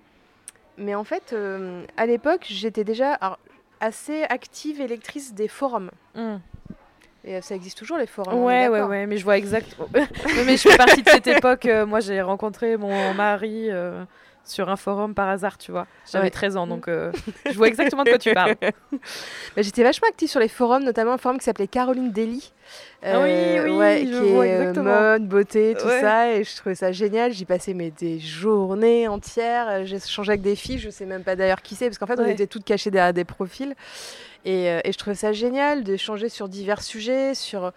mais en fait, euh, à l'époque, j'étais déjà alors, assez active et lectrice des forums. Mm. Et euh, ça existe toujours, les forums. on est Ouais, ouais, d'accord. ouais, mais je vois exactement. Mais je fais partie de cette époque. euh, moi, j'ai rencontré mon mari euh, sur un forum par hasard, tu vois. J'avais Ouais. treize ans, donc euh, je vois exactement de quoi tu parles. Bah, j'étais vachement active sur les forums, notamment un forum qui s'appelait Caroline Daily. Ah oui, oui, ouais, je qui vois est euh, exactement. mode, beauté, tout Ouais. ça. Et je trouvais ça génial. J'y passais mais, des journées entières. Euh, J'ai changé avec des filles, je sais même pas d'ailleurs qui c'est, parce qu'en fait, on Ouais. était toutes cachées derrière des profils. Et, euh, et je trouvais ça génial d'échanger sur divers sujets. Sur...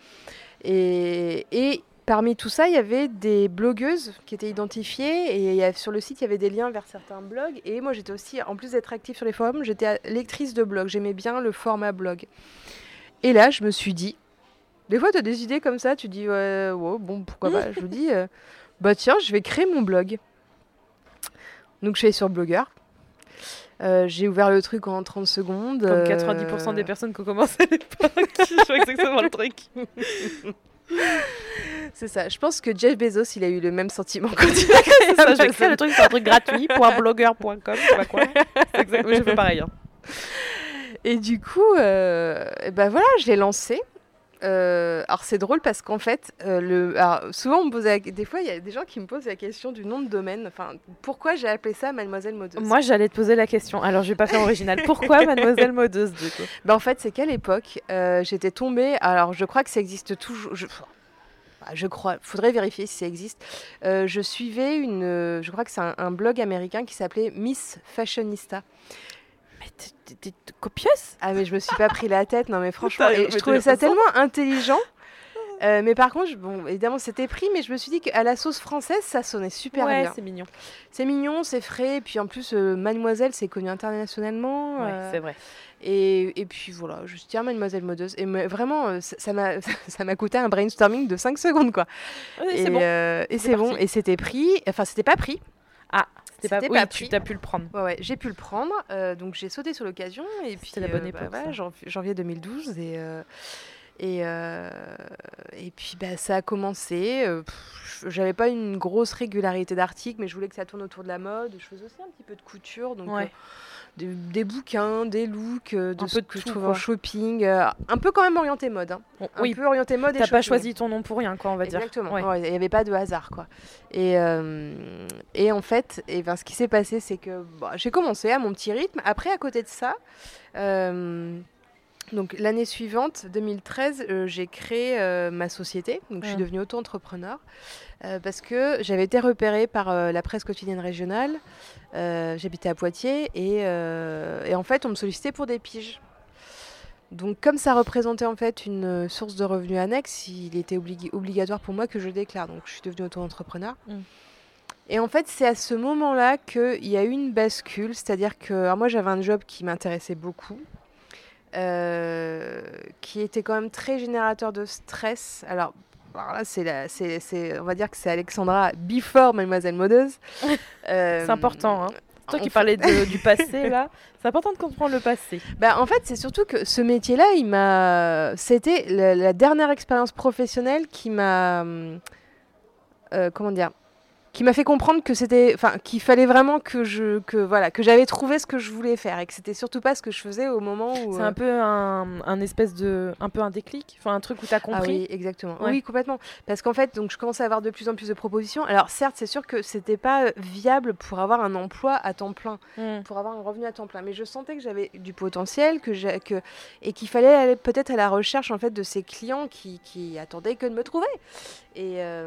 Et, et parmi tout ça, il y avait des blogueuses qui étaient identifiées. Et il y a- sur le site, il y avait des liens vers certains blogs. Et moi, j'étais aussi, en plus d'être active sur les forums, j'étais lectrice de blog. J'aimais bien le format blog. Et là, je me suis dit, des fois, tu as des idées comme ça, tu dis, ouais, ouais, bon, pourquoi pas. Je me dis, euh, bah tiens, je vais créer mon blog. Donc, je suis allée sur Blogueur. Euh, j'ai ouvert le truc en trente secondes. Comme euh, quatre-vingt-dix pour cent des personnes qui ont commencé à l'époque. Je vois exactement le truc. C'est ça. Je pense que Jeff Bezos, il a eu le même sentiment quand il a créé C'est ça, j'ai Amazon. créé le truc, c'est un truc gratuit, .blogueur point com, je sais pas quoi. C'est exact- oui, j'ai fait pareil. hein. Et du coup, euh, et ben voilà, je l'ai lancé. Euh, alors c'est drôle parce qu'en fait, euh, le, alors, souvent on me pose la- des fois il y a des gens qui me posent la question du nom de domaine. Enfin, pourquoi j'ai appelé ça Mademoiselle Modeuse. Moi, j'allais te poser la question. Alors, je vais pas faire original. Pourquoi Mademoiselle Modeuse, du coup Ben, en fait, c'est qu'à l'époque, euh, j'étais tombée. Alors, je crois que ça existe toujours. Je, bah, je crois. Faudrait vérifier si ça existe. Euh, je suivais une. euh, Je crois que c'est un, un blog américain qui s'appelait Miss Fashionista. Mais t'es- t'es t'es copieuse Ah, mais je me suis pas pris la tête. Non, mais franchement, Putain, et mais je trouvais t'as ça raison. tellement intelligent. Euh, mais par contre, je- bon, évidemment, c'était pris, mais je me suis dit qu'à la sauce française, ça sonnait super Ouais, bien. c'est mignon. C'est mignon, c'est frais, et puis en plus, euh, Mademoiselle, c'est connu internationalement. Ouais, euh, c'est vrai. et, et puis voilà, je tiens Mademoiselle Modeuse. Et me- vraiment, euh, ça ça m'a ça m'a coûté un brainstorming de cinq secondes, quoi. Ouais, et c'est bon. euh, et C'est c'est bon, parti. et c'était pris, enfin, c'était pas pris. Ah, c'était pas, c'était oui, pas tu pris. t'as pu le prendre. Ouais, ouais, j'ai pu le prendre, euh, donc j'ai sauté sur l'occasion. Et puis, C'était la bonne euh, époque, voilà, ça. janv- janvier deux mille douze, et, euh, et, euh, et puis bah, ça a commencé. euh, pff, J'avais pas une grosse régularité d'articles, mais je voulais que ça tourne autour de la mode. Je faisais aussi un petit peu de couture, donc Ouais. euh, des, des bouquins, des looks, euh, de Un ce peu de que je tout, trouve quoi. en shopping, euh, un peu quand même orienté mode. Hein. Bon, Un oui, peu orienté mode et t'as pas shopping. choisi ton nom pour rien, quoi, on va dire. Exactement. Ouais. Ouais, il n'y avait pas de hasard, quoi. Et, euh, et en fait, et ben, ce qui s'est passé, c'est que bah, j'ai commencé à mon petit rythme. Après, à côté de ça, euh, donc l'année suivante, deux mille treize, euh, j'ai créé euh, ma société. Donc, je suis Mm. devenue auto-entrepreneur euh, parce que j'avais été repérée par euh, la presse quotidienne régionale. Euh, J'habitais à Poitiers et, euh, et en fait, on me sollicitait pour des piges. Donc, comme ça représentait en fait une euh, source de revenus annexe, il était obligé- obligatoire pour moi que je déclare. Donc, je suis devenue auto-entrepreneur. Mm. Et en fait, c'est à ce moment-là qu'il y a eu une bascule. C'est-à-dire que alors moi, j'avais un job qui m'intéressait beaucoup, euh, qui était quand même très générateur de stress. Alors, alors là, c'est la- c'est- c'est- on va dire que c'est Alexandra before Mademoiselle Modeuse. Euh, C'est important, hein. Toi qui fait... parlais de, du passé, là, c'est important de comprendre le passé. Bah, en fait, c'est surtout que ce métier-là, il m'a... c'était la, la dernière expérience professionnelle qui m'a... Euh, comment dire qui m'a fait comprendre que c'était, enfin, qu'il fallait vraiment que je, que voilà, que j'avais trouvé ce que je voulais faire et que c'était surtout pas ce que je faisais au moment où. C'est euh... un peu un, un espèce de, un peu un déclic, enfin un truc où t'as compris. Ah oui, exactement. Ouais. Oui, complètement. Parce qu'en fait, donc je commençais à avoir de plus en plus de propositions. Alors certes, c'est sûr que c'était pas viable pour avoir un emploi à temps plein, mm. pour avoir un revenu à temps plein. Mais je sentais que j'avais du potentiel, que j'ai, que et qu'il fallait aller peut-être à la recherche en fait de ces clients qui, qui attendaient que de me trouver. Et euh,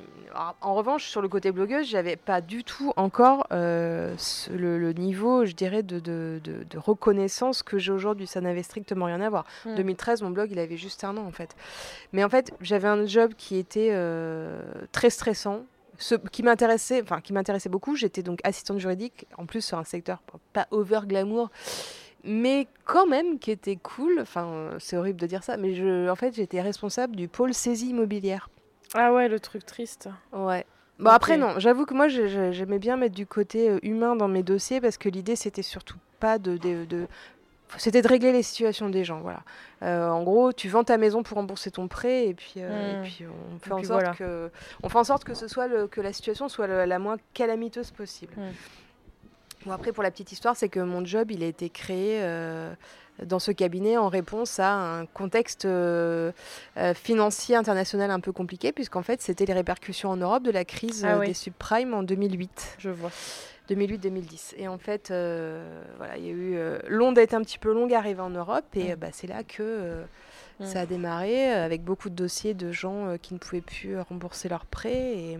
en revanche, sur le côté blogueuse, j'avais pas du tout encore euh, ce, le, le niveau, je dirais, de, de, de, de reconnaissance que j'ai aujourd'hui. Ça n'avait strictement rien à voir. En mmh. deux mille treize, mon blog, il avait juste un an, en fait. Mais en fait, j'avais un job qui était euh, très stressant, ce, qui m'intéressait, enfin, qui m'intéressait beaucoup. J'étais donc assistante juridique, en plus sur un secteur pas over glamour, mais quand même qui était cool. Enfin, c'est horrible de dire ça, mais je, en fait, j'étais responsable du pôle saisie immobilière. Ah ouais, le truc triste. Ouais. Bon, okay. Après, non, j'avoue que moi, j'ai, j'aimais bien mettre du côté euh, humain dans mes dossiers parce que l'idée, c'était surtout pas de, de, de... C'était de régler les situations des gens, voilà. Euh, en gros, tu vends ta maison pour rembourser ton prêt et puis, euh, mmh. et puis on fait et en puis sorte voilà. que on fait en sorte que ce soit le, que la situation soit le, la moins calamiteuse possible. Mmh. Bon, après, pour la petite histoire, c'est que mon job, il a été créé euh, dans ce cabinet en réponse à un contexte euh, euh, financier international un peu compliqué, puisqu'en fait, c'était les répercussions en Europe de la crise ah, euh, oui. des subprimes en deux mille huit. Je vois. deux mille huit deux mille dix. Et en fait, euh, voilà, il y a eu... Euh, l'onde a été un petit peu longue à arriver en Europe, et mmh. bah, c'est là que euh, mmh. ça a démarré, avec beaucoup de dossiers de gens euh, qui ne pouvaient plus rembourser leurs prêts. Et,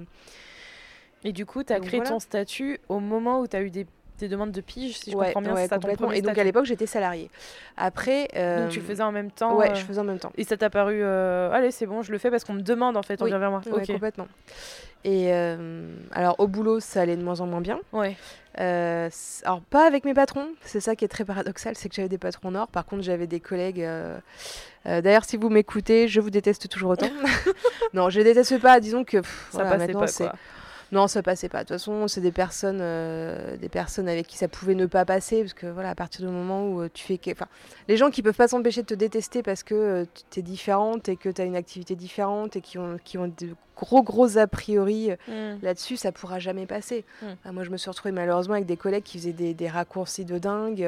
et du coup, tu as créé voilà. ton statut au moment où tu as eu des des demandes de pige, si je ouais, comprends bien, ouais, c'est ça ton premier Et donc statut. à l'époque, j'étais salariée. Après, euh... donc tu le faisais en même temps. Ouais, euh... je faisais en même temps. Et ça t'a paru, euh... allez, c'est bon, je le fais parce qu'on me demande en fait, on oui. vient vers moi. Ouais, okay. complètement. Et euh... alors au boulot, ça allait de moins en moins bien. Ouais. Euh... Alors pas avec mes patrons, c'est ça qui est très paradoxal, c'est que j'avais des patrons nord. Par contre, j'avais des collègues. Euh... Euh, d'ailleurs, si vous m'écoutez, je vous déteste toujours autant. Non, je les déteste pas. Disons que pff, ça voilà, passait pas c'est... quoi. Non, ça passait pas. De toute façon, c'est des personnes, euh, des personnes avec qui ça pouvait ne pas passer, parce que voilà, à partir du moment où euh, tu fais, enfin, les gens qui peuvent pas s'empêcher de te détester parce que euh, tu es différente et que tu as une activité différente et qui ont, qui ont de gros gros a priori euh, mm. là-dessus, ça pourra jamais passer. Mm. Enfin, moi, je me suis retrouvée malheureusement avec des collègues qui faisaient des, des raccourcis de dingue.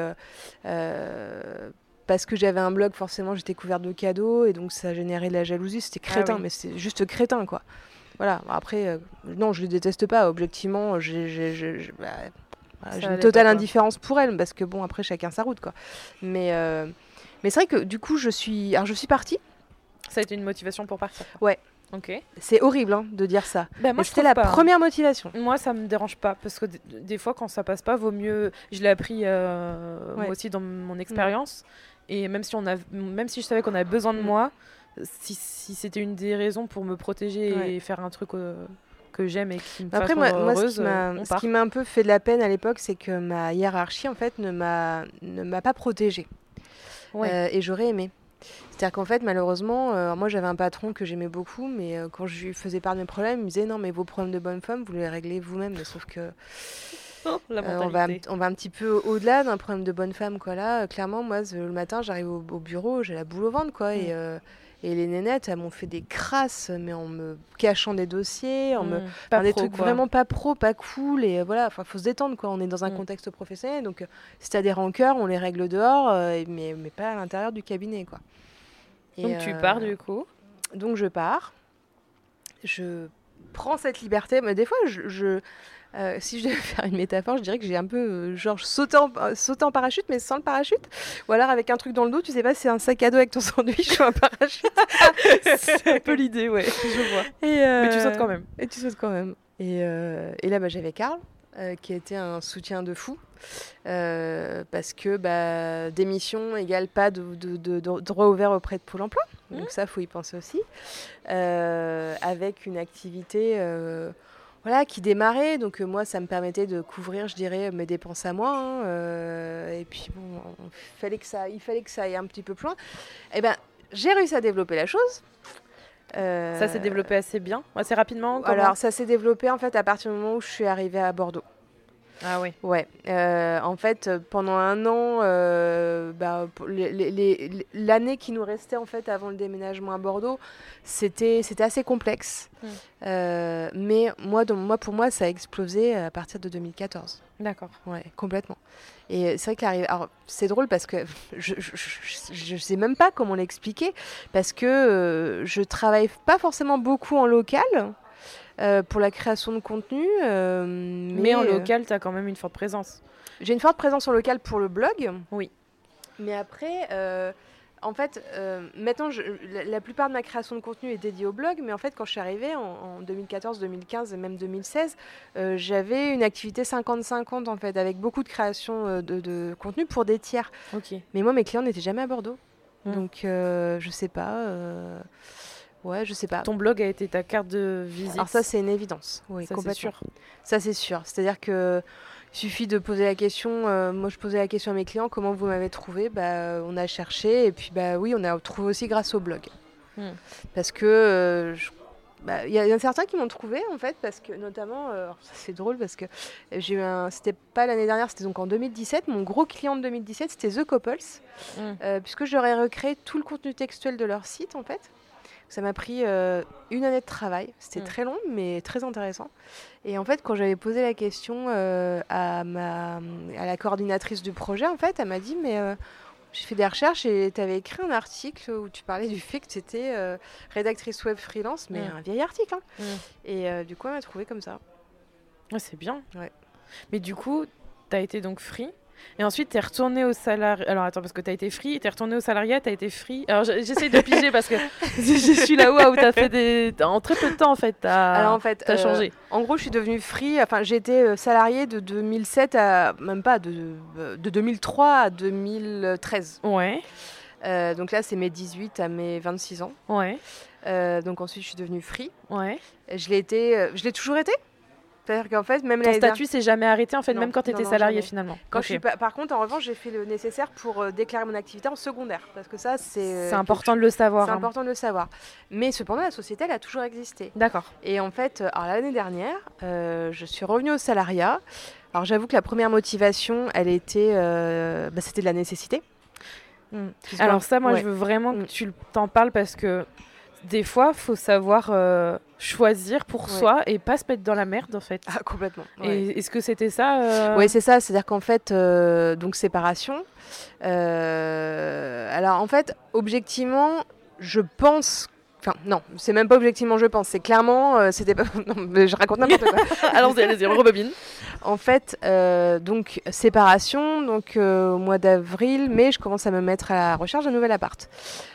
Euh, Parce que j'avais un blog, forcément, j'étais couverte de cadeaux et donc ça générait de la jalousie. C'était crétin, ah oui. mais c'est juste crétin, quoi. Voilà, après, euh, non, je les déteste pas. Objectivement, j'ai, j'ai, j'ai, j'ai, bah, voilà, j'ai une totale pas, indifférence pour elles, parce que bon, après, chacun sa route, quoi. Mais, euh, mais c'est vrai que du coup, je suis, alors je suis partie. Ça a été une motivation pour partir, quoi. Ouais. Ok. C'est horrible hein, de dire ça. Bah, moi, c'était la pas, première hein. motivation. Moi, ça me dérange pas, parce que d- des fois, quand ça passe pas, vaut mieux. Je l'ai appris euh, ouais. moi aussi dans mon expérience. Mmh. Et même si on a, même si je savais qu'on avait besoin de mmh. moi. Si, si c'était une des raisons pour me protéger ouais. et faire un truc euh, que j'aime et qui me fasse Après, moi, heureuse, moi, ce qui m'a, ce qui m'a un peu fait de la peine à l'époque, c'est que ma hiérarchie, en fait, ne m'a, ne m'a pas protégée. Ouais. Euh, et j'aurais aimé. C'est-à-dire qu'en fait, malheureusement, euh, moi, j'avais un patron que j'aimais beaucoup, mais euh, quand je lui faisais part de mes problèmes, il me disait « Non, mais vos problèmes de bonne femme, vous les réglez vous-même. » Mais sauf que... Oh, la euh, on, va, on va un petit peu au-delà d'un problème de bonne femme, quoi. Là, euh, clairement, moi, le matin, j'arrive au, au bureau, j'ai la boule au ventre, quoi, mmh. et... Euh, Et les nénettes, elles m'ont fait des crasses, mais en me cachant des dossiers, en mmh, me, pas en des pro, trucs quoi. Vraiment pas pro, pas cool. Et voilà, enfin, faut se détendre, quoi. On est dans un mmh. contexte professionnel, donc si t'as des rancœurs, on les règle dehors, euh, mais, mais pas à l'intérieur du cabinet, quoi. Et donc euh, tu pars du coup. Donc je pars. Je prends cette liberté, mais des fois, je, je euh, si je devais faire une métaphore, je dirais que j'ai un peu euh, genre sauté en, euh, sauté en parachute, mais sans le parachute. Ou alors avec un truc dans le dos, tu sais pas si c'est un sac à dos avec ton sandwich ou un parachute. C'est un peu l'idée, ouais, je vois. Et euh, mais tu sautes quand même. Et tu sautes quand même. Et, euh, et là, bah, j'avais Karl, euh, qui était un soutien de fou. Euh, parce que bah, démission égale pas de, de, de, de droit ouvert auprès de Pôle emploi. Mmh. Donc ça, il faut y penser aussi. Euh, avec une activité... Euh, Voilà, qui démarrait, donc euh, moi ça me permettait de couvrir, je dirais, mes dépenses à moi, hein, euh, et puis bon, on, fallait que ça, il fallait que ça aille un petit peu plus loin. Et ben, j'ai réussi à développer la chose. Euh, ça s'est développé assez bien, assez rapidement. Alors ça s'est développé en fait à partir du moment où je suis arrivée à Bordeaux. Ah oui. Ouais. Euh, en fait, euh, pendant un an, euh, bah, pour les- les- les- l'année qui nous restait en fait avant le déménagement à Bordeaux, c'était c'était assez complexe. Mm. Euh, mais moi, dans- moi, pour moi, ça a explosé à partir de deux mille quatorze. D'accord. Ouais, complètement. Et c'est vrai que l'arrivée- alors c'est drôle parce que je, je, je, je sais même pas comment l'expliquer parce que euh, je travaille pas forcément beaucoup en local euh, pour la création de contenu, euh, mais, Mais en euh, local, tu as quand même une forte présence. j'ai une forte présence en local pour le blog. Oui. Mais après, euh, en fait, euh, maintenant, je- la, la plupart de ma création de contenu est dédiée au blog. Mais en fait, quand je suis arrivée en, en deux mille quatorze, deux mille quinze et même deux mille seize, euh, j'avais une activité cinquante cinquante en fait, avec beaucoup de création euh, de, de contenu pour des tiers. Ok. Mais moi, mes clients n'étaient jamais à Bordeaux. Mm. Donc, euh, je sais pas. euh, Ouais, je sais pas. Ton blog a été ta carte de visite. Alors ça, c'est une évidence. Oui, Ça, c'est complètement. sûr. Ça, c'est sûr. C'est-à-dire que il suffit de poser la question. euh, moi, je posais la question à mes clients, comment vous m'avez trouvé. Bah, on a cherché et puis bah oui, on a trouvé aussi grâce au blog. Mm. Parce que euh, je- bah, il y, a- il y en a certains qui m'ont trouvé en fait, parce que notamment, euh, alors, ça, c'est drôle parce que j'ai eu un, c'était pas l'année dernière, c'était donc en deux mille dix-sept. Mon gros client de deux mille dix-sept, c'était The Couples, Mm. euh, puisque j'aurais recréé tout le contenu textuel de leur site en fait. Ça m'a pris euh, une année de travail. C'était Mm. très long, mais très intéressant. Et en fait, quand j'avais posé la question euh, à, ma, à la coordinatrice du projet, en fait, elle m'a dit, mais euh, j'ai fait des recherches et tu avais écrit un article où tu parlais du fait que tu étais euh, rédactrice web freelance, mais Mm. un vieil article. Hein. Mm. Et euh, du coup, elle m'a trouvé comme ça. Ouais, c'est bien. Ouais. Mais du coup, tu as été donc free. Et ensuite, tu es retourné au salariat. Alors attends, parce que tu as été free, tu es retourné au salariat, tu as été free. Alors j- j'essaye de piger parce que je suis là où tu as fait des. En très peu de temps, en fait, tu as, Alors en fait, euh, changé. en gros, je suis devenue free. Enfin, j'ai été euh, salariée de deux mille sept à même pas de, de deux mille trois à deux mille treize. Ouais, Euh, donc là, c'est mes dix-huit à mes vingt-six ans. ouais, Euh, donc ensuite, je suis devenue free. ouais. Et Je l'ai été, euh, je l'ai toujours été. C'est-à-dire qu'en fait, même Ton l'année statut s'est jamais arrêté, en fait, Non, même quand tu non, étais non, salarié, jamais. finalement. Quand Ok. je suis pas- Par contre, en revanche, j'ai fait le nécessaire pour euh, déclarer mon activité en secondaire, parce que ça, c'est euh, C'est important de le savoir. c'est hein. important de le savoir. Mais cependant, la société, elle a toujours existé. D'accord. Et en fait, euh, alors, l'année dernière, euh, je suis revenue au salariat. Alors j'avoue que la première motivation, elle était, euh, bah, c'était de la nécessité. Mm. Puisque- Alors ça, moi, ouais. je veux vraiment que Mm. tu t'en parles parce que des fois, faut savoir euh, choisir pour Ouais. soi et pas se mettre dans la merde, en fait. Ah, complètement. ouais. Et est-ce que c'était ça euh, Oui, c'est ça. C'est-à-dire qu'en fait, euh, donc séparation. Euh, alors en fait, objectivement, je pense. Enfin, non, c'est même pas objectivement, je pense. C'est clairement, euh, c'était pas. Non, mais je raconte n'importe quoi. Allons-y, allez-y, on rebobine. En fait, euh, donc séparation, donc euh, au mois d'avril, mai, je commence à me mettre à la recherche d'un nouvel appart.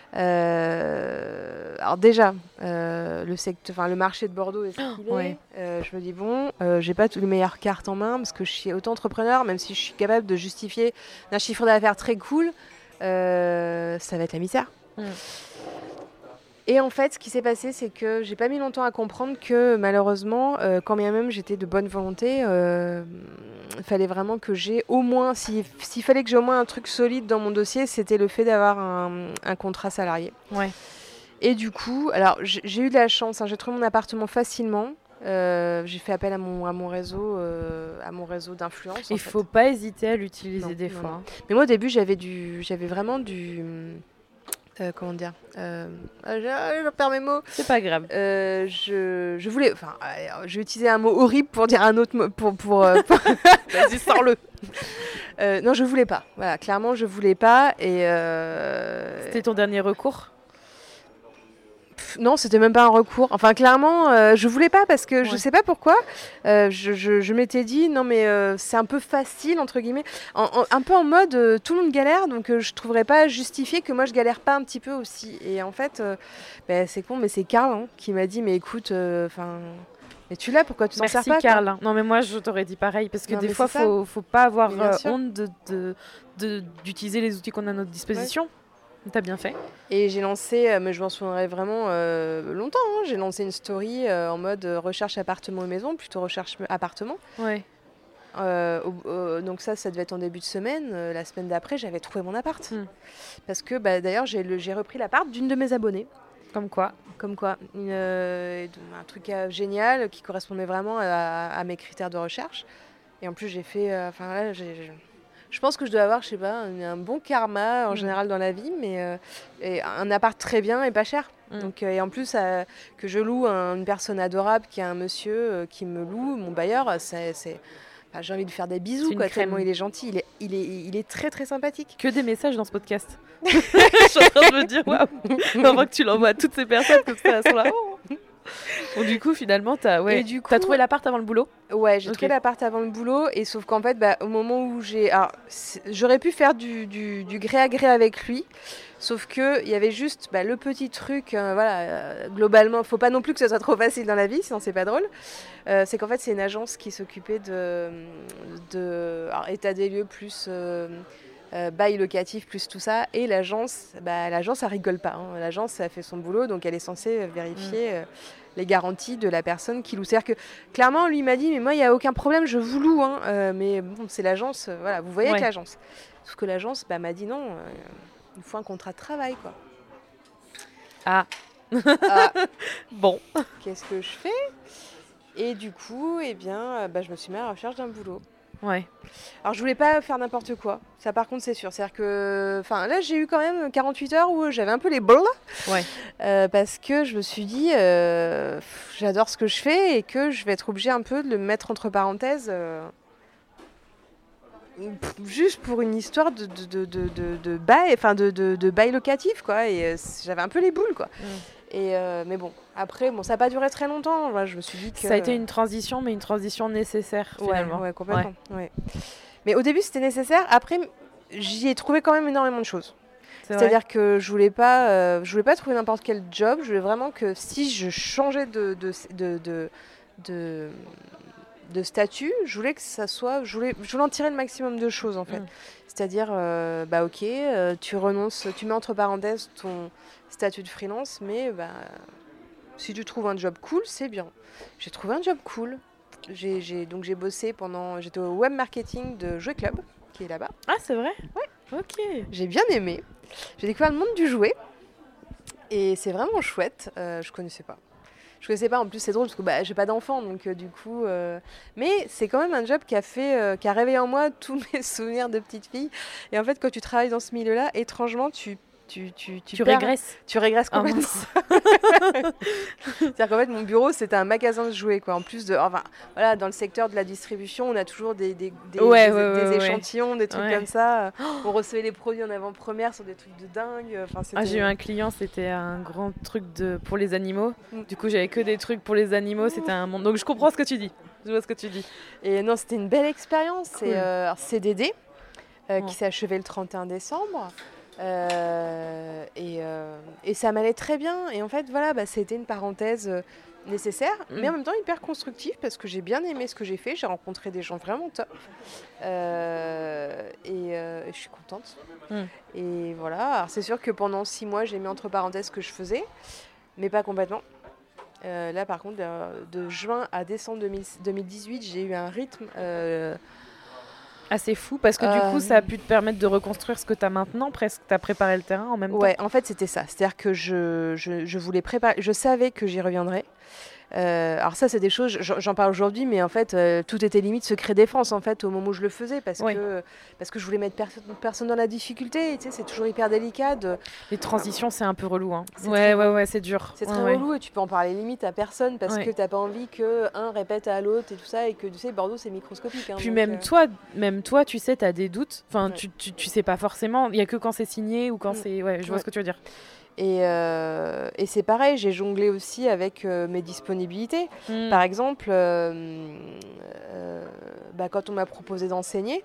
Euh, alors déjà, euh, le, secteur, enfin, le marché de Bordeaux est ce qu'il est. ouais. Euh, je me dis bon, euh, j'ai pas toutes les meilleures cartes en main parce que je suis auto-entrepreneur, même si je suis capable de justifier d'un chiffre d'affaires très cool, euh, ça va être la misère. Mm. Et en fait, ce qui s'est passé, c'est que j'ai pas mis longtemps à comprendre que malheureusement, euh, quand bien même j'étais de bonne volonté, euh, il fallait vraiment que j'ai au moins, si- s'il fallait que j'ai au moins un truc solide dans mon dossier, c'était le fait d'avoir un, un contrat salarié. Ouais. Et du coup, alors j'ai j'ai eu de la chance, hein, j'ai trouvé mon appartement facilement. Euh, j'ai fait appel à mon, à mon réseau, euh, à mon réseau d'influence. en Il fait. faut pas hésiter à l'utiliser Non, des non, fois. non. hein. Mais moi au début, j'avais du, j'avais vraiment du, euh, comment dire, euh, ah, je, je perds mes mots. C'est pas grave. Euh, je, je voulais, enfin, allez, j'ai utilisé un mot horrible pour dire un autre mot, pour, pour, euh, pour- Vas-y, sors-le. Euh, non, je voulais pas. Voilà, clairement, je voulais pas. Et euh, C'était ton dernier recours pff, non, c'était même pas un recours. Enfin, clairement, euh, je voulais pas parce que je Ouais. sais pas pourquoi. Euh, je je, je m'étais dit non, mais euh, c'est un peu facile entre guillemets, en, en- un peu en mode euh, tout le monde galère, donc euh, je trouverais pas justifié que moi je galère pas un petit peu aussi. Et en fait, euh, bah, c'est con, mais c'est Karl hein, qui m'a dit mais écoute, enfin. Mais tu l'as, pourquoi tu t'en sers Merci, pas quoi Karl. Non, mais moi, je t'aurais dit pareil parce que Non, des mais fois, c'est ça. faut, faut pas avoir Mais bien euh, sûr. honte de, de- de- d'utiliser les outils qu'on a à notre disposition. T'as bien fait. Et j'ai lancé, euh, mais je m'en souviendrai vraiment euh, longtemps, hein, j'ai lancé une story euh, en mode euh, recherche appartement ou maison, plutôt recherche appartement. Ouais. Euh, au- au- donc ça, ça devait être en début de semaine. Euh, la semaine d'après, j'avais trouvé mon appart. Mm. Parce que bah, d'ailleurs, j'ai, le- j'ai repris l'appart d'une de mes abonnées. Comme quoi. Comme quoi, une, euh, un truc euh, génial qui correspondait vraiment à, à mes critères de recherche. Et en plus, j'ai fait... Enfin, euh, là, j'ai... j'ai... Je pense que je dois avoir, je sais pas, un, un bon karma en mmh. général dans la vie, mais euh, et un appart très bien et pas cher. Mmh. Donc, euh, et en plus, euh, que je loue un, une personne adorable qui est un monsieur euh, qui me loue, mon bailleur, c'est, c'est... Enfin, j'ai envie de faire des bisous, quoi, tellement il est gentil, il est, il, est, il est très très sympathique. Que des messages dans ce podcast. Je suis en train de me dire, waouh, avant que tu l'envoies à toutes ces personnes comme ça, elles sont là. Bon, du coup, finalement, t'as ouais, as trouvé l'appart avant le boulot ? Ouais, j'ai okay. trouvé l'appart avant le boulot, et sauf qu'en fait, bah, au moment où j'ai... Alors, j'aurais pu faire du, du, du gré à gré avec lui, sauf qu'il y avait juste bah, le petit truc, euh, voilà, euh, globalement, faut pas non plus que ce soit trop facile dans la vie, sinon c'est pas drôle. Euh, c'est qu'en fait, c'est une agence qui s'occupait de, de alors, état des lieux plus... Euh, Euh, bail locatif plus tout ça, et l'agence, bah, l'agence elle rigole pas, hein. L'agence a fait son boulot, donc elle est censée vérifier mmh. euh, les garanties de la personne qui loue. C'est-à-dire que clairement lui m'a dit mais moi il n'y a aucun problème, je vous loue, hein. euh, mais bon c'est l'agence, euh, voilà, vous voyez ouais. que l'agence. Sauf que l'agence bah, m'a dit non, euh, il faut un contrat de travail quoi. Ah, ah. Bon. Qu'est-ce que je fais ? Et du coup, eh bien, bah, je me suis mis à la recherche d'un boulot. Ouais. Alors je voulais pas faire n'importe quoi, ça par contre c'est sûr, c'est-à-dire que, enfin là j'ai eu quand même quarante-huit heures où j'avais un peu les balles, ouais. euh, parce que je me suis dit euh, j'adore ce que je fais et que je vais être obligée un peu de le mettre entre parenthèses, euh, juste pour une histoire de, de, de, de, de, de bail, enfin de, de, de bail locatif quoi, et euh, j'avais un peu les boules quoi. Mm. Et euh, mais bon, après, bon, ça n'a pas duré très longtemps. Voilà, je me suis dit que... Ça a été une transition, mais une transition nécessaire, finalement. Ouais, ouais complètement. Ouais. Ouais. Mais au début, c'était nécessaire. Après, j'y ai trouvé quand même énormément de choses. C'est C'est-à-dire vrai. que je voulais pas, euh, je voulais pas trouver n'importe quel job. Je voulais vraiment que si je changeais de, de, de, de, de, de statut, je voulais que ça soit... Je voulais, je voulais en tirer le maximum de choses, en fait. Mm. C'est-à-dire, euh, bah ok, euh, tu renonces, tu mets entre parenthèses ton statut de freelance, mais... Bah, si tu trouves un job cool, c'est bien. J'ai trouvé un job cool. J'ai, j'ai, donc j'ai bossé pendant... J'étais au web marketing de Jouet Club, qui est là-bas. Ah, c'est vrai ? Ouais. Ok. J'ai bien aimé. J'ai découvert le monde du jouet. Et c'est vraiment chouette. Euh, je connaissais pas. Je connaissais pas. En plus, c'est drôle parce que bah, j'ai pas d'enfant. Donc, euh, du coup... Euh... Mais c'est quand même un job qui a, fait, euh, qui a réveillé en moi tous mes souvenirs de petite fille. Et en fait, quand tu travailles dans ce milieu-là, étrangement, tu... Tu, tu, tu, tu perds, régresses Tu régresses complètement. Oh, c'est-à-dire qu'en fait, mon bureau, c'était un magasin de jouets, quoi. En plus de... Enfin, voilà, dans le secteur de la distribution, on a toujours des, des, des, ouais, des, ouais, des ouais, échantillons, ouais. des trucs ouais. comme ça. On recevait les produits en avant-première sur des trucs de dingue. Enfin, ah, j'ai eu un client, c'était un grand truc de... pour les animaux. Mm. Du coup, j'avais que des trucs pour les animaux. C'était un monde... Donc, je comprends ce que tu dis. Je vois ce que tu dis. Et non, c'était une belle expérience. Cool. C'est euh, C D D euh, oh. qui s'est achevé le trente et un décembre. Euh, et, euh, et ça m'allait très bien et en fait voilà bah, c'était une parenthèse euh, nécessaire mmh. mais en même temps hyper constructive parce que j'ai bien aimé ce que j'ai fait, j'ai rencontré des gens vraiment top euh, et, euh, et je suis contente mmh. et voilà, alors c'est sûr que pendant six mois j'ai mis entre parenthèses ce que je faisais mais pas complètement. Euh, là par contre de, de juin à décembre deux mille dix-huit j'ai eu un rythme euh, assez fou parce que euh, du coup ça a pu te permettre de reconstruire ce que tu as maintenant, presque tu as préparé le terrain en même ouais, temps. Ouais, en fait c'était ça, c'est-à-dire que je, je, je voulais préparer, je savais que j'y reviendrais. Euh, alors ça c'est des choses, j'en parle aujourd'hui, mais en fait euh, tout était limite secret défense en fait au moment où je le faisais parce oui. que parce que je voulais mettre perso- personne dans la difficulté. Tu sais, c'est toujours hyper délicat. De... Les transitions c'est un peu relou. Hein. Ouais ouais ouais c'est dur. C'est ouais, très ouais. relou et tu peux en parler limite à personne parce ouais. que t'as pas envie que un répète à l'autre et tout ça et que tu sais Bordeaux c'est microscopique. Hein, Puis donc, même euh... toi même toi tu sais t'as des doutes. Enfin ouais. tu, tu tu sais pas forcément. Il y a que quand c'est signé ou quand mmh. c'est ouais je vois ouais. ce que tu veux dire. Et, euh, et c'est pareil, j'ai jonglé aussi avec euh, mes disponibilités. Mmh. Par exemple, euh, euh, bah, quand on m'a proposé d'enseigner,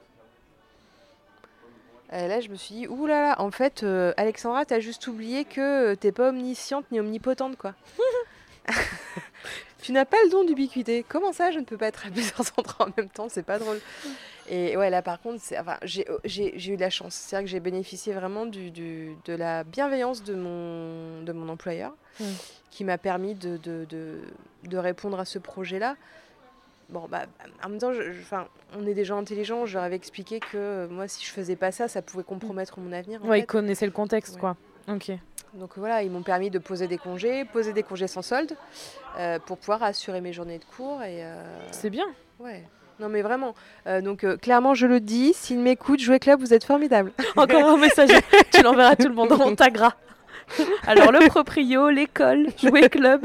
euh, là je me suis dit, ouh là là, en fait, euh, Alexandra, t'as juste oublié que t'es pas omnisciente ni omnipotente, quoi. Tu n'as pas le don d'ubiquité. Comment ça, je ne peux pas être à plusieurs endroits en même temps, c'est pas drôle. Et ouais, là par contre, c'est, enfin, j'ai, j'ai, j'ai eu de la chance. C'est-à-dire que j'ai bénéficié vraiment du, du, de la bienveillance de mon, de mon employeur, mmh. qui m'a permis de, de, de, de répondre à ce projet-là. Bon, bah, en même temps, je, je, on est des gens intelligents. Je leur avais expliqué que euh, moi, si je faisais pas ça, ça pouvait compromettre mon avenir. Ouais, fait. Ils connaissaient le contexte, ouais. quoi. Ok. Donc voilà, ils m'ont permis de poser des congés, poser des congés sans solde, euh, pour pouvoir assurer mes journées de cours. Et, euh... c'est bien. Ouais. Non, mais vraiment. Euh, donc, euh, clairement, je le dis, s'ils m'écoutent, Jouet Club, vous êtes formidables. Encore un message, tu l'enverras à tout le monde, on taguera. Alors, le proprio, l'école, Jouet Club.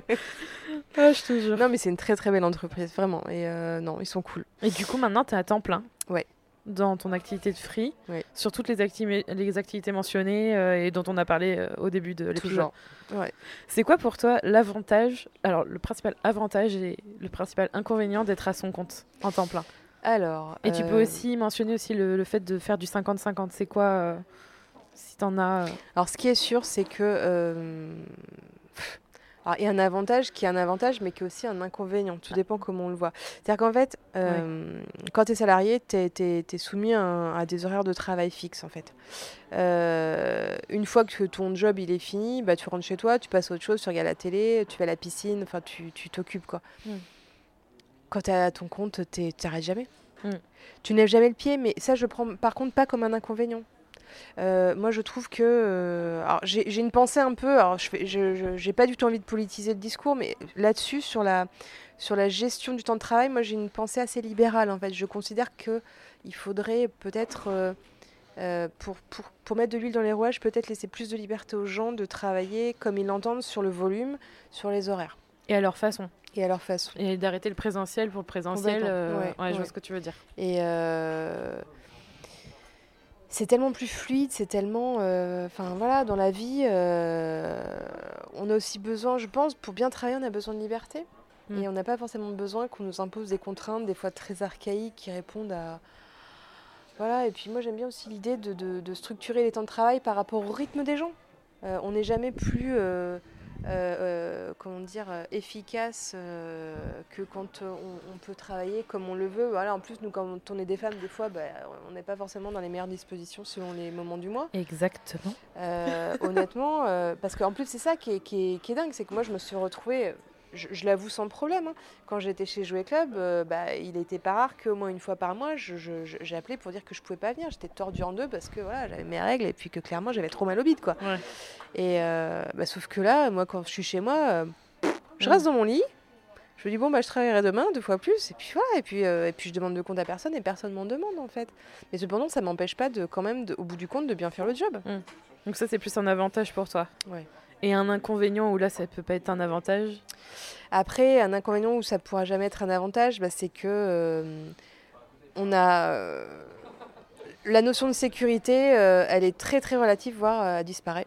Ah, je te jure. Non, mais c'est une très très belle entreprise, vraiment. Et euh, non, ils sont cool. Et du coup, maintenant, tu es à temps plein. Ouais. Dans ton activité de free, ouais. sur toutes les, acti- les activités mentionnées euh, et dont on a parlé euh, au début de l'épisode. Toujours. Ouais. C'est quoi pour toi l'avantage, alors le principal avantage et le principal inconvénient d'être à son compte en temps plein? Alors. Et euh... tu peux aussi mentionner aussi le, le fait de faire du cinquante cinquante. C'est quoi euh, si t'en as euh... Alors, ce qui est sûr, c'est que. Euh... Alors, il y a un avantage qui est un avantage, mais qui est aussi un inconvénient. Tout dépend comment on le voit. C'est-à-dire qu'en fait, euh, ouais. quand tu es salarié, tu es soumis à, un, à des horaires de travail fixes, en fait. Euh, une fois que ton job il est fini, bah, tu rentres chez toi, tu passes à autre chose, tu regardes la télé, tu vas à la piscine, enfin, tu t'occupes, quoi. Mm. Quand tu es à ton compte, tu n'arrêtes jamais. Mm. Tu n'lèves jamais le pied, mais ça, je prends par contre pas comme un inconvénient. Euh, moi, je trouve que... Euh, alors, j'ai, j'ai une pensée un peu... Alors, je n'ai je, je, j'ai pas du tout envie de politiser le discours, mais là-dessus, sur la, sur la gestion du temps de travail, moi, j'ai une pensée assez libérale, en fait. Je considère qu'il faudrait peut-être, euh, euh, pour, pour, pour mettre de l'huile dans les rouages, peut-être laisser plus de liberté aux gens de travailler comme ils l'entendent sur le volume, sur les horaires. Et à leur façon. Et à leur façon. Et d'arrêter le présentiel pour le présentiel. Euh, ouais, ouais, ouais, je vois ce que tu veux dire. Et... Euh, c'est tellement plus fluide, c'est tellement... Enfin, euh, voilà, dans la vie, euh, on a aussi besoin, je pense, pour bien travailler, on a besoin de liberté. Mmh. Et on n'a pas forcément besoin qu'on nous impose des contraintes, des fois très archaïques, qui répondent à... Voilà, et puis moi, j'aime bien aussi l'idée de, de, de structurer les temps de travail par rapport au rythme des gens. Euh, on n'est jamais plus... Euh, Euh, euh, comment dire, euh, efficace euh, que quand euh, on, on peut travailler comme on le veut. Voilà, en plus, nous, quand on est des femmes, des fois, bah, on n'est pas forcément dans les meilleures dispositions selon les moments du mois. Exactement. Euh, honnêtement, euh, parce qu'en plus, c'est ça qui est, qui est, qui est dingue, c'est que moi, je me suis retrouvée... Je, je l'avoue sans problème, hein. Quand j'étais chez Jouet Club, euh, bah, il n'était pas rare qu'au moins une fois par mois, je, je, je, j'ai appelé pour dire que je ne pouvais pas venir. J'étais tordue en deux parce que voilà, j'avais mes règles et puis que clairement j'avais trop mal au bide, quoi. Ouais. Et euh, bah, sauf que là, moi, quand je suis chez moi, euh, je reste dans mon lit. Je me dis bon, bah, je travaillerai demain deux fois plus. Et puis voilà, et puis, euh, et puis je demande de compte à personne et personne m'en demande en fait. Mais cependant, ça m'empêche pas de quand même, de, au bout du compte, de bien faire le job. Mmh. Donc ça, c'est plus un avantage pour toi. Ouais. Et un inconvénient où là, ça peut pas être un avantage? Après, un inconvénient où ça pourra jamais être un avantage, bah, c'est que euh, on a euh, la notion de sécurité, euh, elle est très très relative, voire euh, elle disparaît.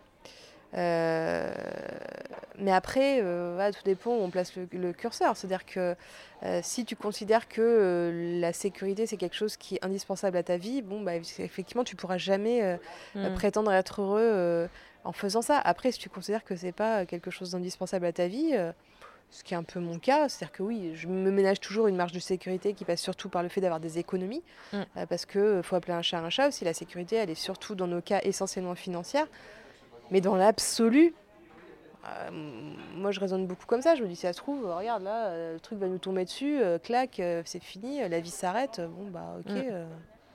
Euh, mais après, euh, voilà, tout dépend où on place le, le curseur. C'est-à-dire que euh, si tu considères que euh, la sécurité c'est quelque chose qui est indispensable à ta vie, bon, bah, effectivement, tu pourras jamais euh, mmh. prétendre être heureux euh, en faisant ça. Après, si tu considères que c'est pas quelque chose d'indispensable à ta vie, euh, ce qui est un peu mon cas, c'est-à-dire que oui, je me ménage toujours une marge de sécurité qui passe surtout par le fait d'avoir des économies, mmh. euh, parce qu'il faut appeler un chat un chat aussi. La sécurité, elle est surtout dans nos cas essentiellement financière. Mais dans l'absolu, euh, moi je raisonne beaucoup comme ça. Je me dis, si ça se trouve, euh, regarde là, euh, le truc va nous tomber dessus, euh, clac, euh, c'est fini, euh, la vie s'arrête. Euh, bon, bah ok. Mm. Euh...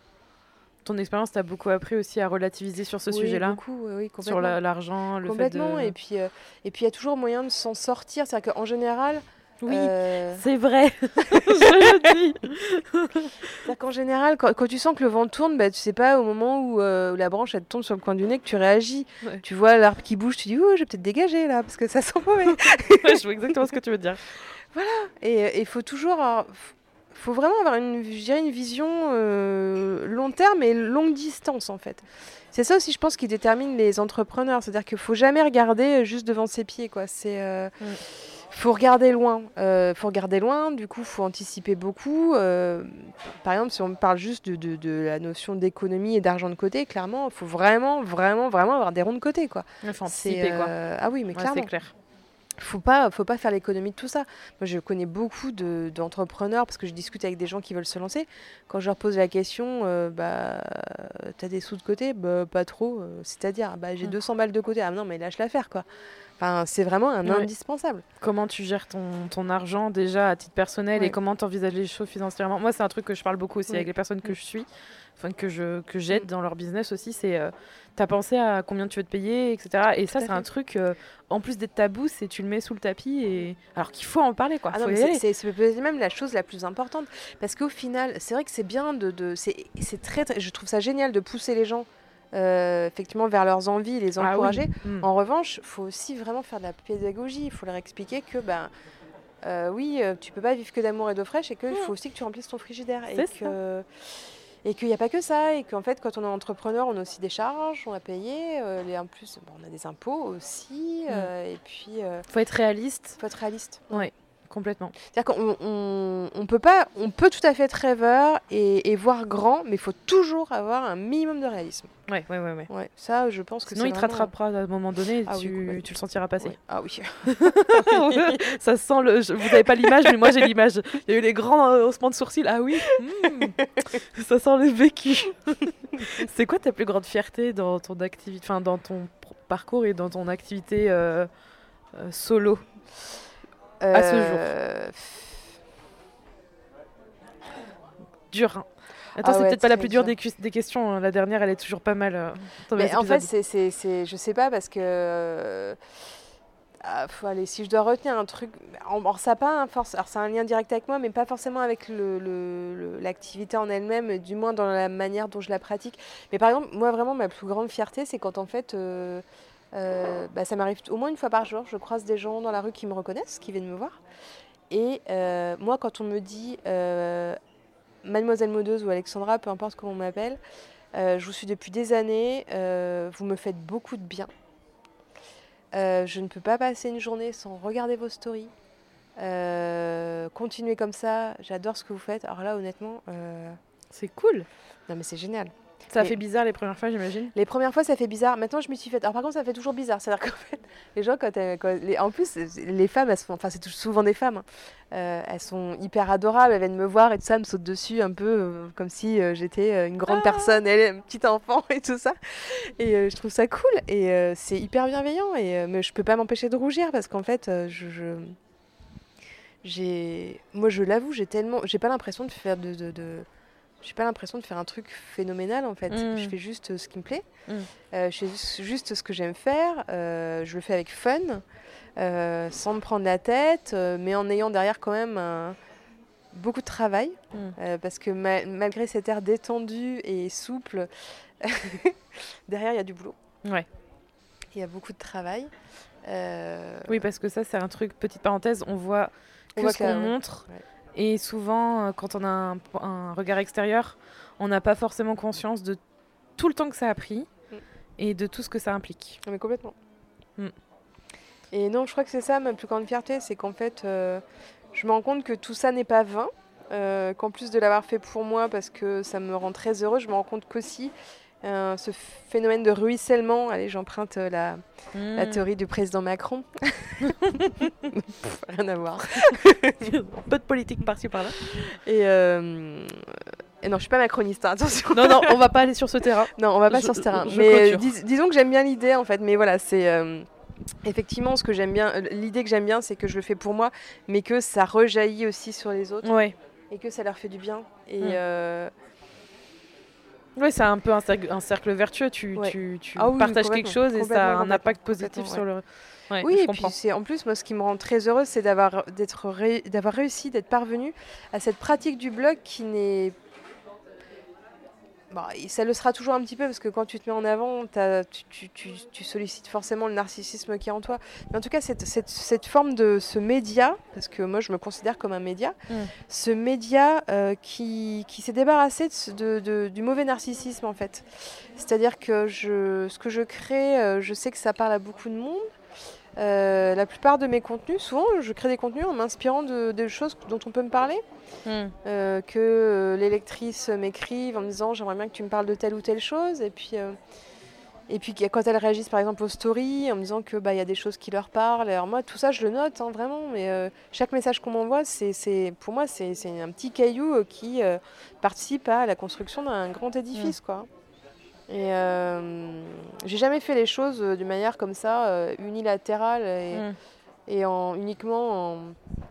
Ton expérience t'a beaucoup appris aussi à relativiser sur ce oui, sujet-là. Beaucoup, oui, oui, complètement. Sur la, l'argent, le complètement. fait de... Et puis, euh, et puis il y a toujours moyen de s'en sortir. C'est-à-dire qu'en général. Oui, euh... c'est vrai. Je le dis. C'est-à-dire qu'en général, quand, quand tu sens que le vent tourne, bah, tu sais pas au moment où, euh, où la branche elle tombe sur le coin du nez que tu réagis. Ouais. Tu vois l'arbre qui bouge, tu dis ouh, je vais peut-être dégager là parce que ça sent mauvais. Ouais, je vois exactement ce que tu veux dire. Voilà. Et il faut toujours, il faut vraiment avoir une, je dirais une vision euh, long terme et longue distance en fait. C'est ça aussi, je pense, qui détermine les entrepreneurs. C'est-à-dire qu'il faut jamais regarder juste devant ses pieds, quoi. C'est euh, mm. faut regarder loin. Euh, faut regarder loin. Du coup, faut anticiper beaucoup. Euh, par exemple, si on parle juste de, de, de la notion d'économie et d'argent de côté, clairement, il faut vraiment, vraiment, vraiment avoir des ronds de côté, quoi. Il faut anticiper, euh, quoi. Ah oui, mais ouais, clairement. C'est clair. Faut pas, faut pas faire l'économie de tout ça. Moi, je connais beaucoup de, d'entrepreneurs parce que je discute avec des gens qui veulent se lancer. Quand je leur pose la question, euh, bah, t'as des sous de côté? Bah, pas trop. Euh, c'est-à-dire, bah, j'ai mmh. deux cents balles de côté. Ah non, mais lâche l'affaire, quoi. Enfin, c'est vraiment un ouais. indispensable. Comment tu gères ton, ton argent déjà à titre personnel ouais. et comment tu envisages les choses financièrement? Moi, c'est un truc que je parle beaucoup aussi oui. avec les personnes que oui. je suis. enfin que je que j'aide mmh. dans leur business aussi, c'est euh, t'as pensé à combien tu veux te payer, et cetera. Et ça, c'est fait. un truc, euh, en plus d'être tabou, c'est tu le mets sous le tapis, et alors qu'il faut en parler, quoi. Ah faut non, mais c'est, c'est, c'est même la chose la plus importante. Parce qu'au final, c'est vrai que c'est bien de... de c'est, c'est très, très, je trouve ça génial de pousser les gens euh, effectivement vers leurs envies, les encourager. Ah, oui. mmh. En revanche, il faut aussi vraiment faire de la pédagogie. Il faut leur expliquer que... Ben, euh, oui, euh, tu peux pas vivre que d'amour et d'eau fraîche, et qu'il mmh. faut aussi que tu remplisses ton frigidaire. C'est et ça. que... Et qu'il n'y a pas que ça, et qu'en fait, quand on est entrepreneur, on a aussi des charges, on a payé, euh, et en plus, bon, on a des impôts aussi, euh, mmh. et puis... Il euh, faut être réaliste. faut être réaliste. Oui, complètement. C'est-à-dire qu'on on, on peut pas, on peut tout à fait être rêveur et, et voir grand, mais il faut toujours avoir un minimum de réalisme. Ouais, ouais, ouais. ouais. ouais ça, je pense que Sinon, c'est il te vraiment... rattrapera à un moment donné, et ah tu, oui, tu le sentiras passer. Ouais. Ah oui. Ça sent le... Vous n'avez pas l'image, mais moi j'ai l'image. Il y a eu les grands euh, haussements de sourcils. Ah oui, mmh. Ça sent le vécu. C'est quoi ta plus grande fierté dans ton activité, enfin dans ton parcours et dans ton activité euh, euh, solo euh... à ce jour? Dur. Hein. Attends, ah c'est ouais, peut-être pas la plus dure des, cu- des questions. Hein. La dernière, elle est toujours pas mal. Euh, mais en fait, c'est, c'est, c'est, je sais pas parce que. Euh, ah, faut aller, si je dois retenir un truc. Alors, ça pas un force. Alors, c'est un lien direct avec moi, mais pas forcément avec le, le, le, l'activité en elle-même, du moins dans la manière dont je la pratique. Mais par exemple, moi, vraiment, ma plus grande fierté, c'est quand en fait. Euh, euh, bah, ça m'arrive au moins une fois par jour. Je croise des gens dans la rue qui me reconnaissent, qui viennent me voir. Et euh, moi, quand on me dit. Euh, Mademoiselle Modeuse ou Alexandra, peu importe comment on m'appelle, euh, je vous suis depuis des années, euh, vous me faites beaucoup de bien. Euh, je ne peux pas passer une journée sans regarder vos stories. Euh, continuez comme ça, j'adore ce que vous faites. Alors là, honnêtement... Euh... C'est cool. Non mais c'est génial. Ça a fait bizarre les premières fois, j'imagine. Les premières fois, ça fait bizarre. Maintenant, je m'y suis faite. Alors, par contre, ça fait toujours bizarre. C'est-à-dire qu'en fait, les gens, quand, elles, quand les... en plus, les femmes, elles sont... enfin, c'est souvent des femmes. Hein. Euh, elles sont hyper adorables. Elles viennent me voir et tout ça, me sautent dessus un peu euh, comme si euh, j'étais une grande ah personne, elle, un petit enfant et tout ça. Et euh, je trouve ça cool. Et euh, c'est hyper bienveillant. Et euh, mais je peux pas m'empêcher de rougir parce qu'en fait, euh, je, je... j'ai, moi, je l'avoue, j'ai tellement, j'ai pas l'impression de faire de, de, de... J'ai pas l'impression de faire un truc phénoménal en fait. Mmh. Je fais juste ce qui me plaît. Mmh. Euh, je fais juste ce que j'aime faire. Euh, je le fais avec fun, euh, sans me prendre la tête, euh, mais en ayant derrière quand même un, beaucoup de travail. Mmh. Euh, parce que ma- malgré cet air détendu et souple, derrière il y a du boulot. Ouais. Il y a beaucoup de travail. Euh... Oui, parce que ça c'est un truc, petite parenthèse, on voit que on voit ce qu'on montre. Ouais. Et souvent, quand on a un, un regard extérieur, on n'a pas forcément conscience de tout le temps que ça a pris mm. et de tout ce que ça implique. Mais complètement. Mm. Et non, je crois que c'est ça ma plus grande fierté, c'est qu'en fait, euh, je me rends compte que tout ça n'est pas vain, euh, qu'en plus de l'avoir fait pour moi, parce que ça me rend très heureux, je me rends compte qu'aussi, Euh, ce phénomène de ruissellement, allez, j'emprunte euh, la, mmh. la théorie du président Macron. Pff, rien à voir. Peu de politique par-ci par-là. Et, euh, et non, je suis pas macroniste, hein, attention. Non, non, on va pas aller sur ce terrain. Non, on va pas je, sur ce terrain. Mais dis, disons que j'aime bien l'idée, en fait. Mais voilà, c'est euh, effectivement ce que j'aime bien. L'idée que j'aime bien, c'est que je le fais pour moi, mais que ça rejaillit aussi sur les autres. Ouais. Et que ça leur fait du bien. Et mmh. euh, oui, c'est un peu un cercle, un cercle vertueux. Tu, ouais. tu, tu ah oui, partages quelque chose et ça a un impact positif sur ouais. le... Ouais, oui, je et comprends. puis c'est, en plus, moi, ce qui me rend très heureuse, c'est d'avoir, d'être ré, d'avoir réussi, d'être parvenue à cette pratique du blog qui n'est... Bon, ça le sera toujours un petit peu, parce que quand tu te mets en avant, tu, tu, tu, tu sollicites forcément le narcissisme qui est en toi. Mais en tout cas, cette, cette, cette forme de ce média, parce que moi, je me considère comme un média, mm. ce média euh, qui, qui s'est débarrassé de, de, de, du mauvais narcissisme, en fait. C'est-à-dire que je, ce que je crée, euh, je sais que ça parle à beaucoup de monde. Euh, la plupart de mes contenus, souvent, je crée des contenus en m'inspirant de, de choses dont on peut me parler. Mmh. Euh, que euh, les lectrices m'écrivent en me disant j'aimerais bien que tu me parles de telle ou telle chose. Et puis, euh, et puis quand elles réagissent par exemple aux stories en me disant qu'il bah, y a des choses qui leur parlent. Alors moi, tout ça, je le note hein, vraiment. Mais euh, chaque message qu'on m'envoie, c'est, c'est, pour moi, c'est, c'est un petit caillou euh, qui euh, participe à la construction d'un grand édifice. Mmh. Quoi. Et euh, j'ai jamais fait les choses euh, d'une manière comme ça, euh, unilatérale et, mmh. et en, uniquement en,